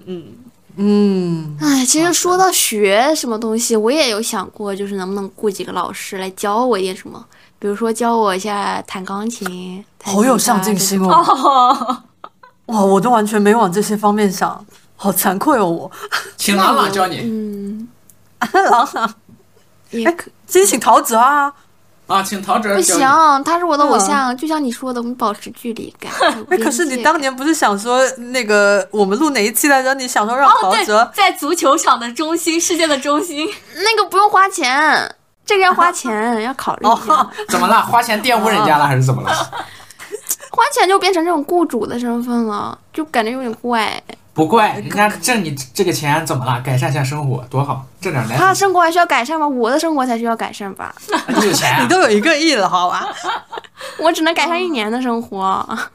其实说到学什么东西，我也有想过，就是能不能雇几个老师来教我一点什么，比如说教我一下弹钢琴。 好有上进心哦！哇，我都完全没往这些方面想，好惭愧哦我。 请朗朗教你。 朗朗，也可以请陶喆啊。 啊，请陶喆不教行，他是我的偶像，就像你说的，我们保持距离感。 哎，可是你当年不是想说那个我们录哪一期来着？你想说让陶喆、 对，在足球场的中心，世界的中心， 那个不用花钱，这个要花钱，要考虑一下。 怎么了？花钱玷污人家了还是怎么了？ 花钱就变成这种雇主的身份了，就感觉有点怪。 不怪，人家挣你这个钱怎么了？改善一下生活多好，挣点奶他的生活还需要改善吗？我的生活才需要改善吧。 你有钱、啊， 你都有1个亿了，好吧？ 我只能改善1年的生活。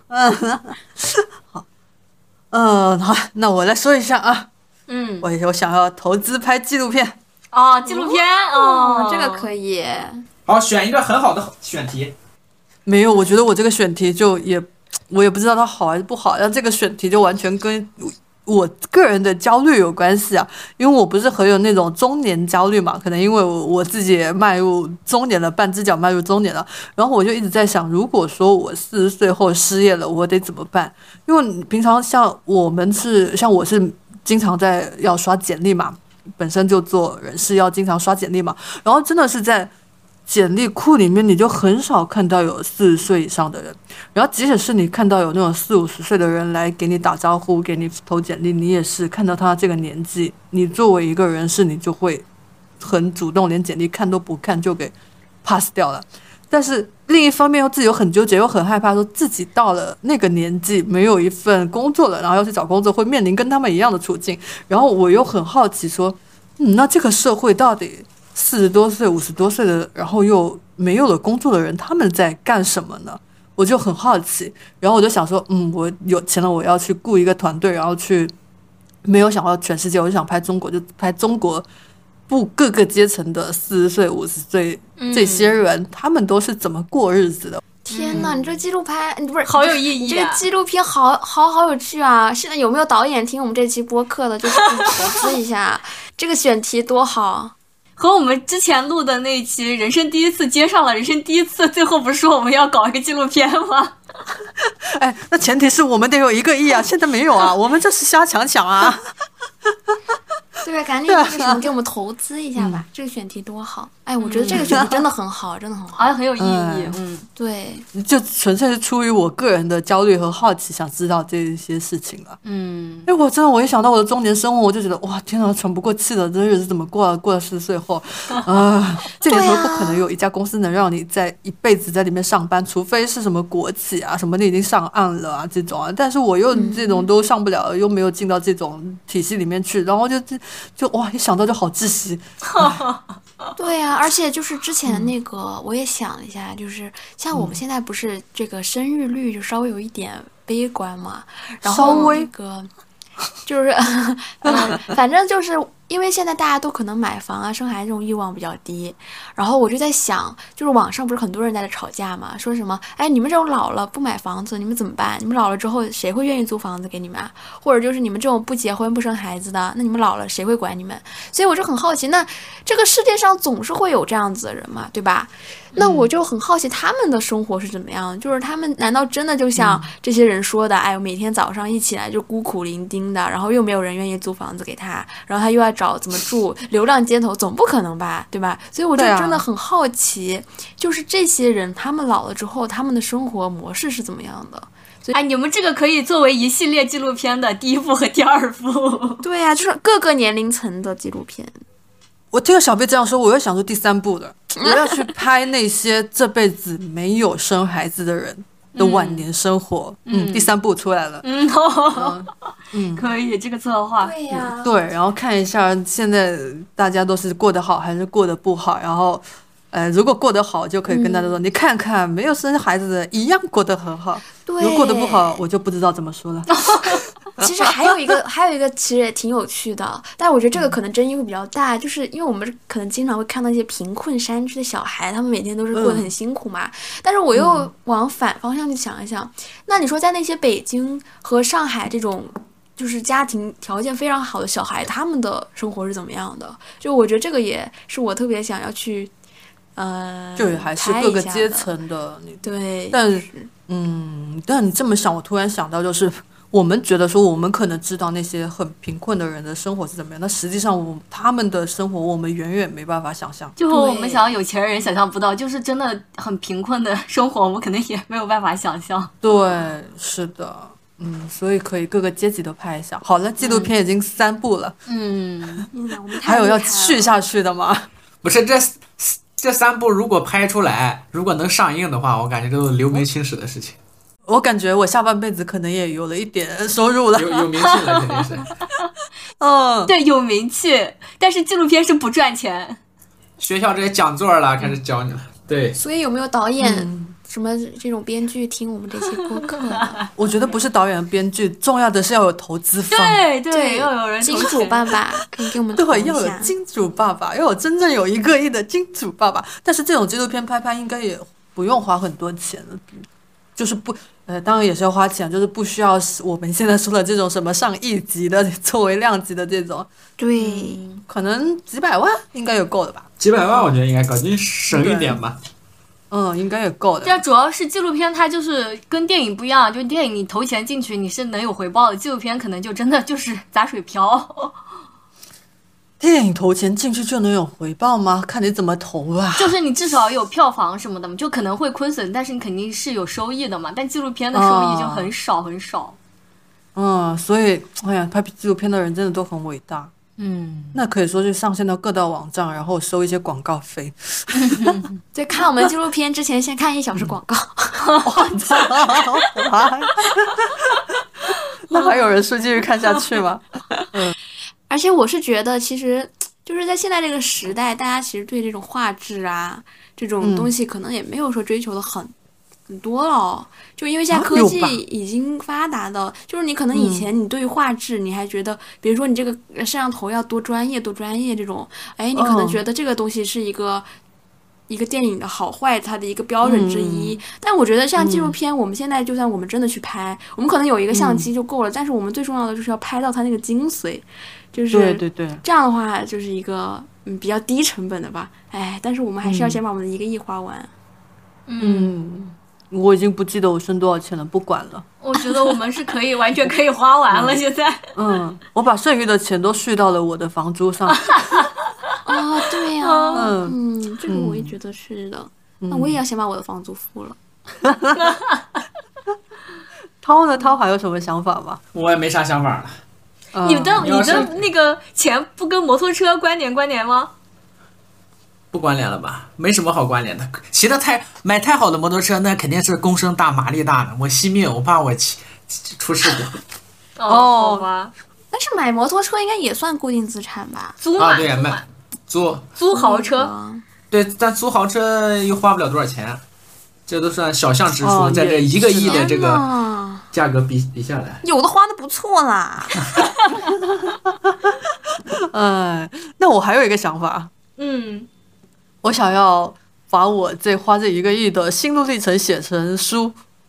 好，那我来说一下啊。 嗯， 我想要投资拍纪录片。 哦，纪录片哦， 这个可以。 好，选一个很好的选题。 没有，我觉得我这个选题我也不知道它好还是不好，然后这个选题就完全跟我个人的焦虑有关系啊，因为我不是很有那种中年焦虑嘛，可能因为我自己也迈入中年了，半只脚迈入中年了，然后我就一直在想，如果说我40岁后失业了，我得怎么办？因为平常像我是经常要刷简历嘛，本身就做人事要经常刷简历嘛，然后真的是在简历库里面你就很少看到有40岁以上的人，然后即使是你看到有那种40、50岁的人来给你打招呼给你投简历，你也是看到他这个年纪，你作为一个人事你就会很主动，连简历看都不看就给 pass 掉了。但是另一方面又自己又很纠结，又很害怕说自己到了那个年纪没有一份工作了，然后要去找工作会面临跟他们一样的处境，然后我又很好奇说那这个社会到底40多岁、50多岁的，然后又没有了工作的人，他们在干什么呢？我就很好奇，然后我就想说，我有钱了，我要去雇一个团队，然后去，没有想到全世界，我就想拍中国，就拍中国各个阶层的40岁、50岁这些人，他们都是怎么过日子的。 天哪，你这纪录拍，你不是好有意义啊你这个纪录片好有趣啊！现在有没有导演听我们这期播客的，就是投资一下，这个选题多好。 和我们之前录的那一期人生第一次接上了，人生第一次最后不是说我们要搞一个纪录片吗？ 哎，那前提是我们得有1个亿啊，现在没有啊，我们这是瞎抢啊。 对啊，赶紧那个什么给我们投资一下吧，这个选题多好！哎，我觉得这个选题真的很好，真的很好， 好像很有意义。 对， 就纯粹是出于我个人的焦虑和好奇，想知道这些事情了。我一想到我的中年生活，我就觉得哇，天哪，喘不过气了，这日子怎么过了40岁后这年头不可能有一家公司能让你一辈子在里面上班，除非是什么国企啊，什么你已经上岸了啊这种啊，但是我又这种都上不了，又没有进到这种体系里面去，然后就哇，一想到就好窒息。 对呀，而且就是之前那个，我也想了一下，就是像我们现在不是这个生育率就稍微有一点悲观嘛，然后那个就是反正就是因为现在大家都可能买房啊、生孩子这种欲望比较低，然后我就在想，就是网上不是很多人在这吵架嘛，说什么哎，你们这种老了不买房子，你们怎么办？你们老了之后谁会愿意租房子给你们啊？或者就是你们这种不结婚不生孩子的，那你们老了谁会管你们？所以我就很好奇，那这个世界上总是会有这样子的人嘛，对吧？那我就很好奇他们的生活是怎么样，就是他们难道真的就像这些人说的，哎，每天早上一起来就孤苦伶仃的，然后又没有人愿意租房子给他，然后他又要找怎么住，流浪街头，总不可能吧，对吧？所以我就真的很好奇，就是这些人他们老了之后，他们的生活模式是怎么样的？ 哎，你们这个可以作为一系列纪录片的第1部和第2部。 对呀，就是各个年龄层的纪录片。 我听了小贝这样说，我又想出第3部了，我要去拍那些这辈子没有生孩子的人的晚年生活。第3部出来了。 可以，这个策划。 对呀。 对，然后看一下现在大家都是过得好还是过得不好，然后如果过得好，就可以跟大家说，你看看没有生孩子的一样过得很好。 对， 如果过得不好，我就不知道怎么说了。 其实还有一个，其实也挺有趣的，但是我觉得这个可能争议会比较大，就是因为我们可能经常会看到一些贫困山区的小孩，他们每天都是过得很辛苦嘛。但是我又往反方向去想一想，那你说在那些北京和上海这种就是家庭条件非常好的小孩，他们的生活是怎么样的？就我觉得这个也是我特别想要去就还是各个阶层的。 对， 但你这么想，我突然想到，就是我们觉得说我们可能知道那些很贫困的人的生活是怎么样，那实际上他们的生活我们远远没办法想象。 就和我们想要有钱人想象不到，就是真的很贫困的生活，我们可能也没有办法想象。 对，是的。所以可以各个阶级都拍一下。好了，纪录片已经3部了， 我们还有要续下去的吗？ 不是这3部如果拍出来，如果能上映的话，我感觉都是留名青史的事情。 我感觉我下半辈子可能也有了一点收入了， 有名气了，肯定是。 对，有名气，但是纪录片是不赚钱。 学校这些讲座了，开始教你了。对， 所以有没有导演、什么这种编剧听我们这期播客的？ 我觉得不是导演编剧，重要的是要有投资方。 对，要有人投钱。 金主爸爸可以给我们投一对， 下。 要有金主爸爸，要有真正有1个亿的金主爸爸。但是这种纪录片拍应该也不用花很多钱了，就是不当然也是要花钱，就是不需要我们现在说的这种什么上亿级的作为量级的这种。 对， 可能几百万应该有够的吧。 几百万我觉得应该够，你省一点吧。 应该也够的。 但主要是纪录片，它就是跟电影不一样，就电影你投钱进去你是能有回报的，纪录片可能就真的就是砸水漂。 电影投钱进去就能有回报吗？看你怎么投啊。 就是你至少有票房什么的嘛，就可能会亏损，但是你肯定是有收益的嘛。但纪录片的收益就很少很少。 所以拍纪录片的人真的都很伟大。那可以说是上线到各大网站，然后收一些广告费。 在看我们纪录片之前，先看1小时广告。 那还有人说继续看下去吗？ 而且我是觉得，其实就是在现在这个时代，大家其实对这种画质啊这种东西，可能也没有说追求的很多了。就因为现在科技已经发达的，就是你可能以前你对于画质，你还觉得，比如说你这个摄像头要多专业这种，你可能觉得这个东西是一个电影的好坏它的一个标准之一。但我觉得像纪录片，我们现在就算我们真的去拍，我们可能有一个相机就够了，但是我们最重要的就是要拍到它那个精髓，就是对这样的话就是一个比较低成本的吧。但是我们还是要先把我们的1个亿花完。 我已经不记得我剩多少钱了，不管了。 我觉得我们是完全可以花完了。现在我把剩余的钱都续到了我的房租上。 对呀，这个我也觉得是的。那我也要先把我的房租付了。 涛呢？涛还有什么想法吗？ 我也没啥想法了。 你的那个钱不跟摩托车关联吗？ 不关联了吧？没什么好关联的。买太好的摩托车，那肯定是公升大马力大的。我惜命，我怕我出事故。 好吧。 但是买摩托车应该也算固定资产吧？ 租嘛， 对，租豪车。 对，但租豪车又花不了多少钱，这都算小项支出，在这1个亿的这个价格比下来， 有的花的不错啦。 那我还有一个想法。我想要把我花这1个亿的心路历程写成书。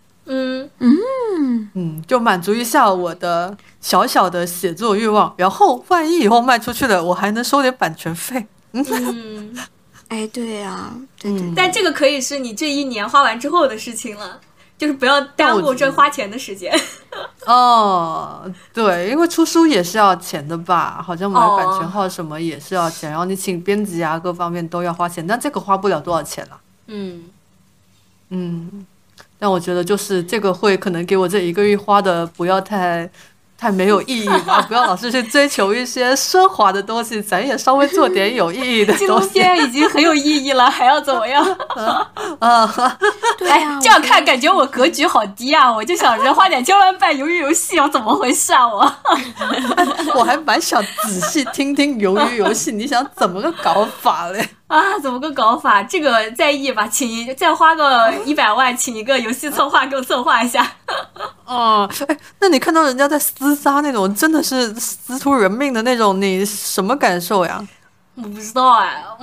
就满足一下我的小小的写作欲望，然后万一以后卖出去了，我还能收点版权费。 对呀，对。 但这个可以是你这1年花完之后的事情了，就是不要耽误这花钱的时间。 对，因为出书也是要钱的吧？好像买版权号什么也是要钱，然后你请编辑啊，各方面都要花钱，但这个花不了多少钱了。但我觉得就是这个会可能给我这1个月花的不要太没有意义吧，不要老是去追求一些奢华的东西，咱也稍微做点有意义的东西。 纪录片已经很有意义了，还要怎么样？ 对啊， 这样看感觉我格局好低啊！我就想着花点千万办鱿鱼游戏，怎么回事啊？ 我还蛮想仔细听听鱿鱼游戏，你想怎么个搞法嘞？ 怎么个搞法？这个在意吧，再花个100万，请一个游戏策划给我策划一下。 那你看到人家在厮杀那种，真的是厮出人命的那种，你什么感受呀？ 我不知道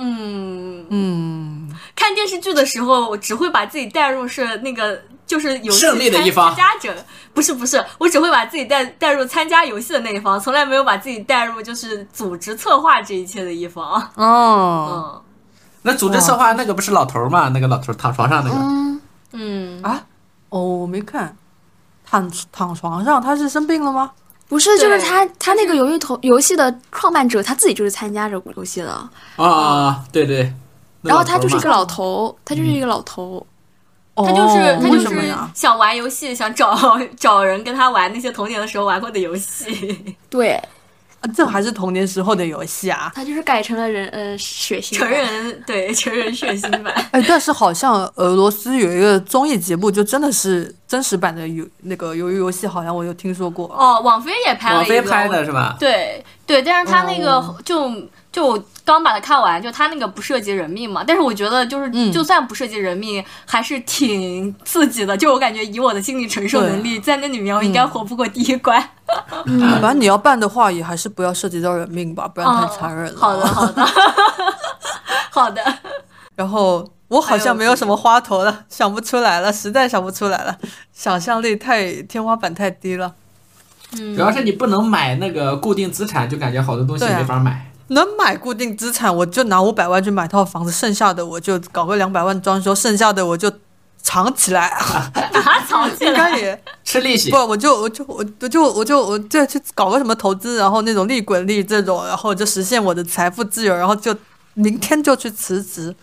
看电视剧的时候，我只会把自己带入是那个就是游戏胜利的一方参加者，不是，我只会把自己带入参加游戏的那一方，从来没有把自己带入就是组织策划这一切的一方。 那组织策划那个不是老头吗？那个老头躺床上那个。 我没看。 躺床上，他是生病了吗？ 不是，就是对他那个游戏的创办者，他自己就是参加这个游戏的， 对对。 然后他就是一个老老头，他就是一个老头。 他就是为什么呀？ 想玩游戏，想找人跟他玩那些童年的时候玩过的游戏。 对， 这还是童年时候的游戏啊！ 他就是改成了血腥成人血腥版。 哎，但是好像俄罗斯有一个综艺节目，就真的是真实版的那个鱿鱼游戏，好像我有听说过。 哦，网飞也拍了一个。 网飞拍的是吧？ 对，但是他那个就刚把它看完，就他那个不涉及人命嘛，但是我觉得就是就算不涉及人命，还是挺刺激的。就我感觉以我的心理承受能力，在那里面我应该活不过第一关。 反正你要办的话，也还是不要涉及到人命吧，不然太残忍了。 好的，好的。 然后我好像没有什么花头了，想不出来了，实在想不出来了，想象力天花板太低了。 主要是你不能买那个固定资产，就感觉好多东西没法买。 能买固定资产，我就拿500万去买套房子，剩下的我就搞个200万装修，剩下的我就藏起来。 藏起来应该也吃利息。 不，我就去搞个什么投资，然后那种利滚利这种，然后就实现我的财富自由，然后就明天就去辞职。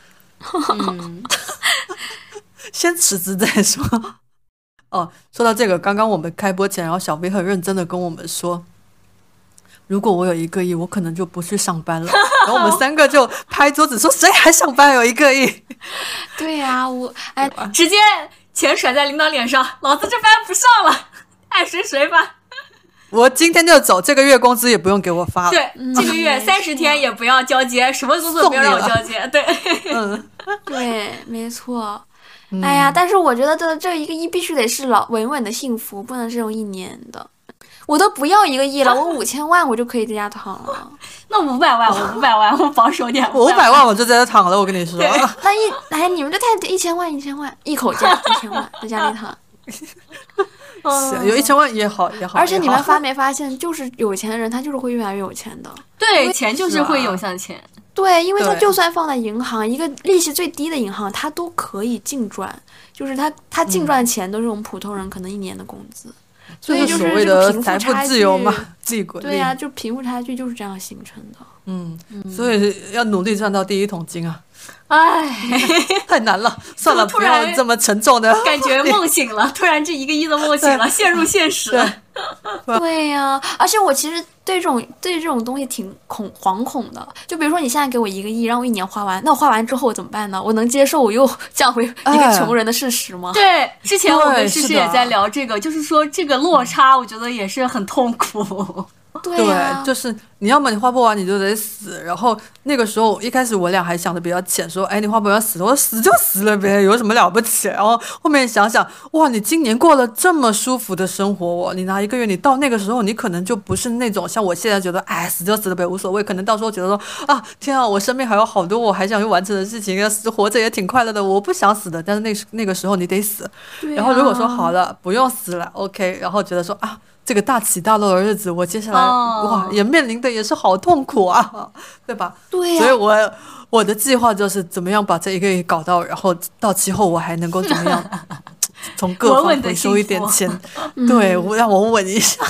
先辞职再说。哦，说到这个，刚刚我们开播前，然后小飞很认真的跟我们说，如果我有1个亿，我可能就不去上班了。然后我们3个就拍桌子说，谁还上班有1个亿？ 对呀， 直接钱甩在领导脸上，老子这班不上了，爱谁谁吧。 我今天就走，这个月工资也不用给我发了。 对，这个月30天也不要交接，什么工作不要让我交接。对， 对，没错。哎呀，但是我觉得这1个亿必须得是稳稳的幸福，不能是用1年的。我都不要1个亿了，我5000万我就可以在家躺了。 那500万，我保守点。 我500万我就在这躺了，我跟你说。 那你们这太1000万一口价1000万在家里躺。 有1000万也好。 而且你们发没发现，就是有钱的人他就是会越来越有钱的。 对，钱就是会涌向钱。 对，因为他就算放在银行，一个利息最低的银行，他都可以净赚，就是他净赚的钱都是我们普通人可能1年的工资。所以就是所谓的财富自由嘛，利滚利。 对呀，就贫富差距就是这样形成的。 所以要努力赚到第1桶金啊！ 哎， 太难了，算了，不要这么沉重的。 感觉梦醒了，突然这1个亿的梦醒了，陷入现实了。 对呀，而且我其实对这种东西挺惶恐的。就比如说你现在给我1个亿，让我1年花完，那我花完之后怎么办呢？我能接受我又降回一个穷人的事实吗？ 对，之前我跟诗诗也在聊这个，就是说这个落差，我觉得也是很痛苦。 对， 就是你要么你花不完你就得死，然后那个时候一开始我俩还想的比较浅，说哎你花不完死了，我死就死了呗，有什么了不起？然后后面想想，哇，你今年过了这么舒服的生活，你拿1个月，你到那个时候你可能就不是那种像我现在觉得哎死就死了呗无所谓，可能到时候觉得说啊天啊，我身边还有好多我还想去完成的事情，活着也挺快乐的，我不想死的，但是那个时候你得死。然后如果说好了不用死了 OK， 然后觉得说啊这个大起大落的日子，我接下来哇也面临的也是好痛苦啊，对吧？ 对呀。 所以我的计划就是怎么样把这1个亿搞到，然后到期后我还能够怎么样从各方回收一点钱，对，让我稳一下。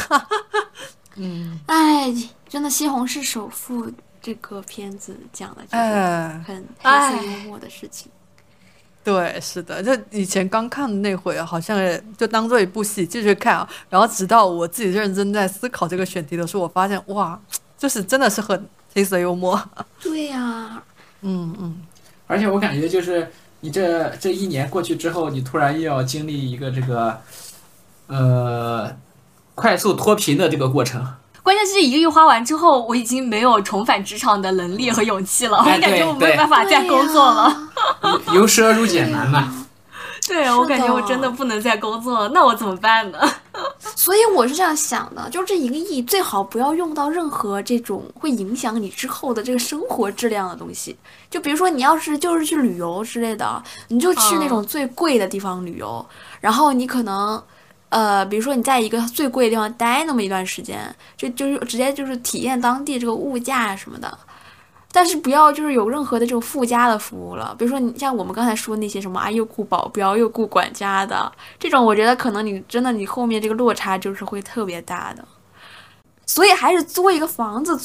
哎，真的《西红柿首富》这个片子讲的就是很黑色幽默的事情。 对，是的，就以前刚看的那会好像就当做一部戏继续看啊，然后直到我自己认真在思考这个选题的时候，我发现哇，就是真的是很黑色幽默。 对呀， 而且我感觉就是你这1年过去之后，你突然又要经历一个这个快速脱贫的这个过程。 关键是1个亿花完之后，我已经没有重返职场的能力和勇气了，我感觉我没有办法再工作了。 由奢入俭难嘛。 对，我感觉我真的不能再工作了，那我怎么办呢？ 所以我是这样想的，就是这1个亿最好不要用到任何这种会影响你之后的这个生活质量的东西。就比如说你要是就是去旅游之类的，你就去那种最贵的地方旅游，然后你可能比如说你在一个最贵的地方待那么一段时间，就是直接就是体验当地这个物价什么的。 但是不要就是有任何的这种附加的服务了，比如说你像我们刚才说那些什么啊，又雇保镖又雇管家的这种，我觉得可能你真的你后面这个落差就是会特别大的，所以还是租一个房子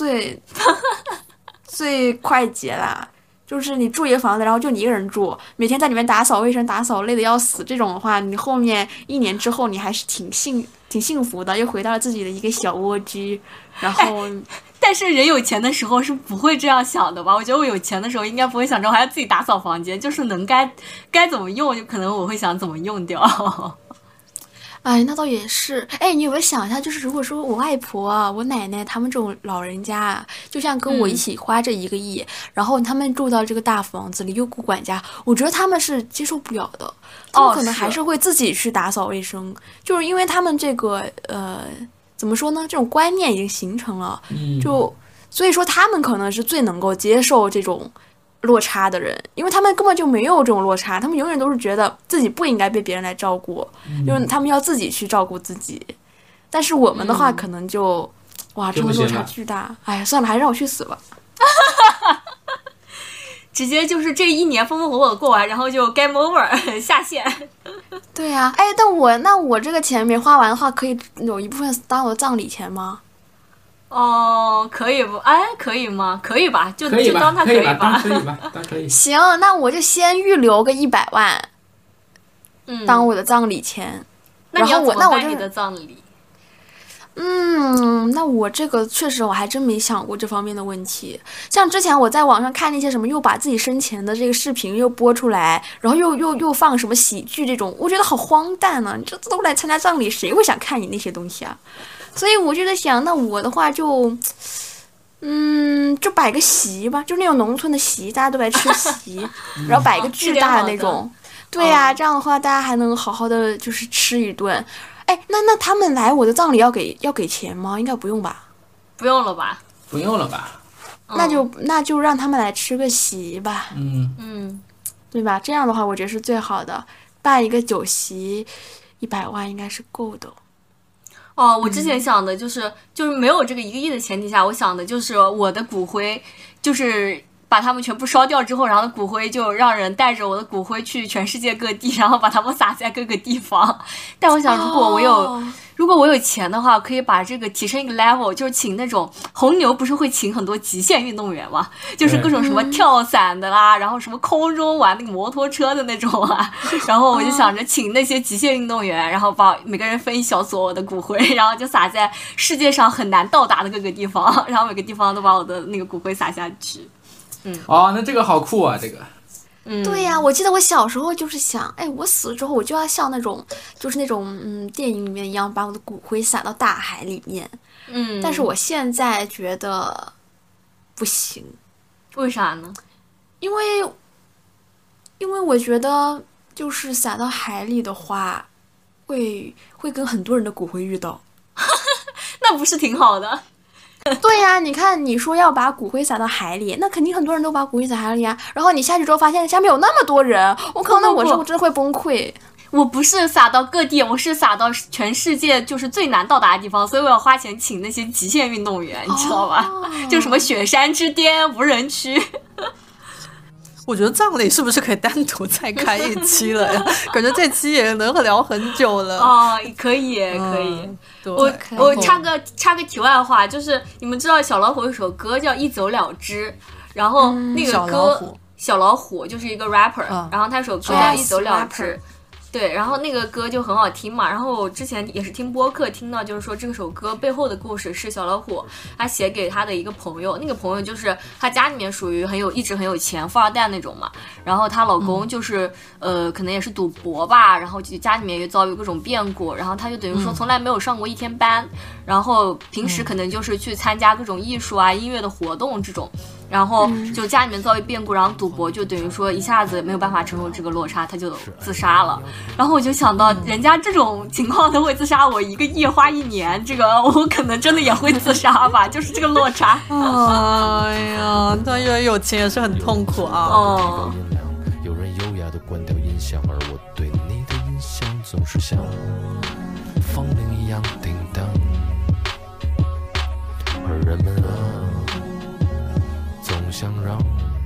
最快捷啦。就是你住一个房子，然后就你一个人住，每天在里面打扫卫生，打扫累得要死，这种的话，你后面1年之后你还是挺幸福的，又回到了自己的一个小蜗居，然后。 但是人有钱的时候是不会这样想的吧？我觉得我有钱的时候应该不会想着我还要自己打扫房间，就是能该怎么用，就可能我会想怎么用掉。 哎，那倒也是。哎，你有没有想一下，就是如果说我外婆啊、我奶奶他们这种老人家啊，就像跟我一起花这1个亿，然后他们住到这个大房子里又雇管家，我觉得他们是接受不了的。他们可能还是会自己去打扫卫生，就是因为他们这个怎么说呢？这种观念已经形成了，所以说他们可能是最能够接受这种落差的人，因为他们根本就没有这种落差，他们永远都是觉得自己不应该被别人来照顾，就是他们要自己去照顾自己。但是我们的话，可能就哇，真的落差巨大。哎呀，算了，还是让我去死吧。 直接就是这1年风风火火的过完，然后就 game over 下线。 对呀，哎，那我这个钱没花完的话，可以有一部分当我的葬礼钱吗？ 哦，可以不？哎，可以吗？可以吧？就当它可以吧， 当可以。 行，那我就先预留个100万，当我的葬礼钱。 那你要怎么办你的葬礼？ 那我这个确实我还真没想过这方面的问题。像之前我在网上看那些什么，又把自己生前的这个视频又播出来，然后又放什么喜剧这种，我觉得好荒诞呢！你这都来参加葬礼，谁会想看你那些东西啊？所以我就在想，那我的话就摆个席吧，就那种农村的席，大家都来吃席，然后摆一个巨大的那种。对呀，这样的话大家还能好好的就是吃一顿。哎，那他们来我的葬礼要给钱吗？应该不用吧？ 不用了吧？ 不用了吧？ 那就让他们来吃个席吧。对吧？这样的话，我觉得是最好的。办一个酒席，100万应该是够的。 哦，我之前想的就是没有这个1个亿的前提下，我想的就是我的骨灰就是把他们全部烧掉之后，然后骨灰就让人带着我的骨灰去全世界各地，然后把它们撒在各个地方。但我想，如果我有钱的话，可以把这个提升一个 level， 就是请那种红牛不是会请很多极限运动员嘛，就是各种什么跳伞的啦，然后什么空中玩那个摩托车的那种啊。然后我就想着请那些极限运动员，然后把每个人分一小撮我的骨灰，然后就撒在世界上很难到达的各个地方，然后每个地方都把我的那个骨灰撒下去。 那这个好酷啊，这个。 对呀，我记得我小时候就是想，哎，我死了之后我就要像那种电影里面一样，把我的骨灰撒到大海里面。但是我现在觉得不行。 为啥呢？ 因为我觉得就是撒到海里的话，会跟很多人的骨灰遇到。 那不是挺好的？ 对呀，你看你说要把骨灰撒到海里，那肯定很多人都把骨灰撒海里啊。然后你下去之后发现下面有那么多人，我可能我真的会崩溃。 我不是撒到各地，我是撒到全世界就是最难到达的地方，所以我要花钱请那些极限运动员，你知道吧？就什么雪山之巅无人区。 我觉得葬礼是不是可以单独再开一期了呀？感觉这期也能聊很久了。 可以。我插个题外话，就是你们知道小老虎有首歌叫《一走了之》，然后那个歌小老虎就是一个 rapper，然后他首歌叫《一走了之》。对，然后那个歌就很好听嘛，然后我之前也是听播客听到，就是说这首歌背后的故事是小老虎他写给他的一个朋友，那个朋友就是他家里面属于一直很有钱富二代那种嘛，然后她老公就是可能也是赌博吧，然后家里面也遭遇各种变故，然后他就等于说从来没有上过1天班，然后平时可能就是去参加各种艺术啊音乐的活动这种，然后就家里面遭遇变故，然后赌博就等于说一下子没有办法承受这个落差，他就自杀了。然后我就想到人家这种情况都会自杀，我1个亿花1年，这个我可能真的也会自杀吧，就是这个落差。 哎呀，但因为有钱也是很痛苦啊。 有人优雅地关掉音响，而我对你的印象总是像风铃一样叮当，而人们总想让，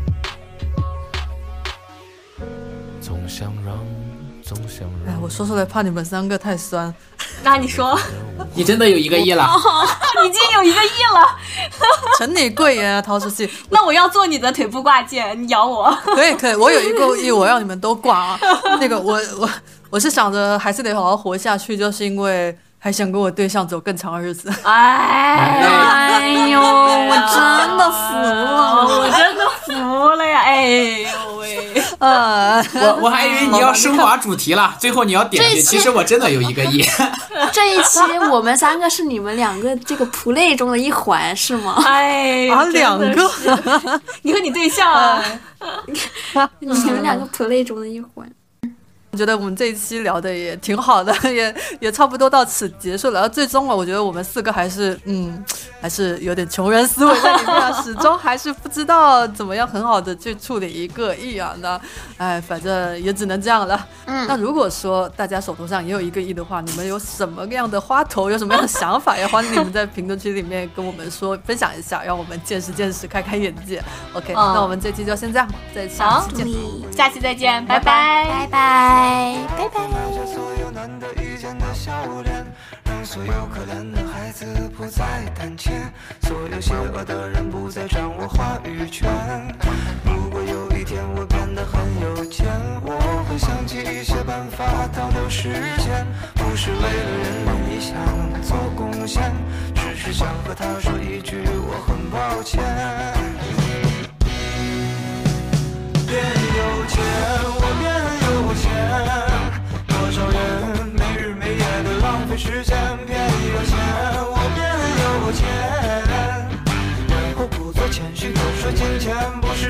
总想让，总想哎， 让。 我说出来怕你们3个太酸。 那你说， 你真的有1个亿了？ 你已经有1个亿了， 承你贵言啊，掏出去。 那我要做你的腿部挂件，你咬我。 可以，我有1个亿，我让你们都挂啊。那个我是想着还是得好好活下去，就是因为还想跟我对象走更长的日子。 哎呦，我真的服了， 我真的服了呀！哎呦喂， 我还以为你要升华主题了，最后你要点去。其实我真的有1个亿。 这一期我们3个是你们2个这个 play 中的一环是吗？ 哎啊，2 个，你和你对象啊， 你们2个 play 中的一环。 我觉得我们这一期聊的也挺好的，也差不多到此结束了。然后最终我觉得我们4个还是有点穷人思维在里面，始终还是不知道怎么样很好的去处理1个亿啊。那反正也只能这样了。那如果说大家手头上也有1个亿的话，你们有什么样的花头，有什么样的想法，也欢迎你们在评论区里面跟我们说，分享一下，让我们见识见识，开开眼界。OK，那我们这期就先这样，再下期见， 下期再见，拜拜， 拜拜。拜拜。 所有难得一见的笑脸，让所有可怜的孩子不再胆怯，所有邪恶的人不再掌握话语权。如果有一天我变得很有钱，我会想起一些办法倒流时间，不是为了人民理想做贡献，只是想和他说一句我很抱歉。变有钱，我变有钱，多少人没日没夜的浪费时间。变有钱，我变有钱，然后故作谦虚地说金钱不是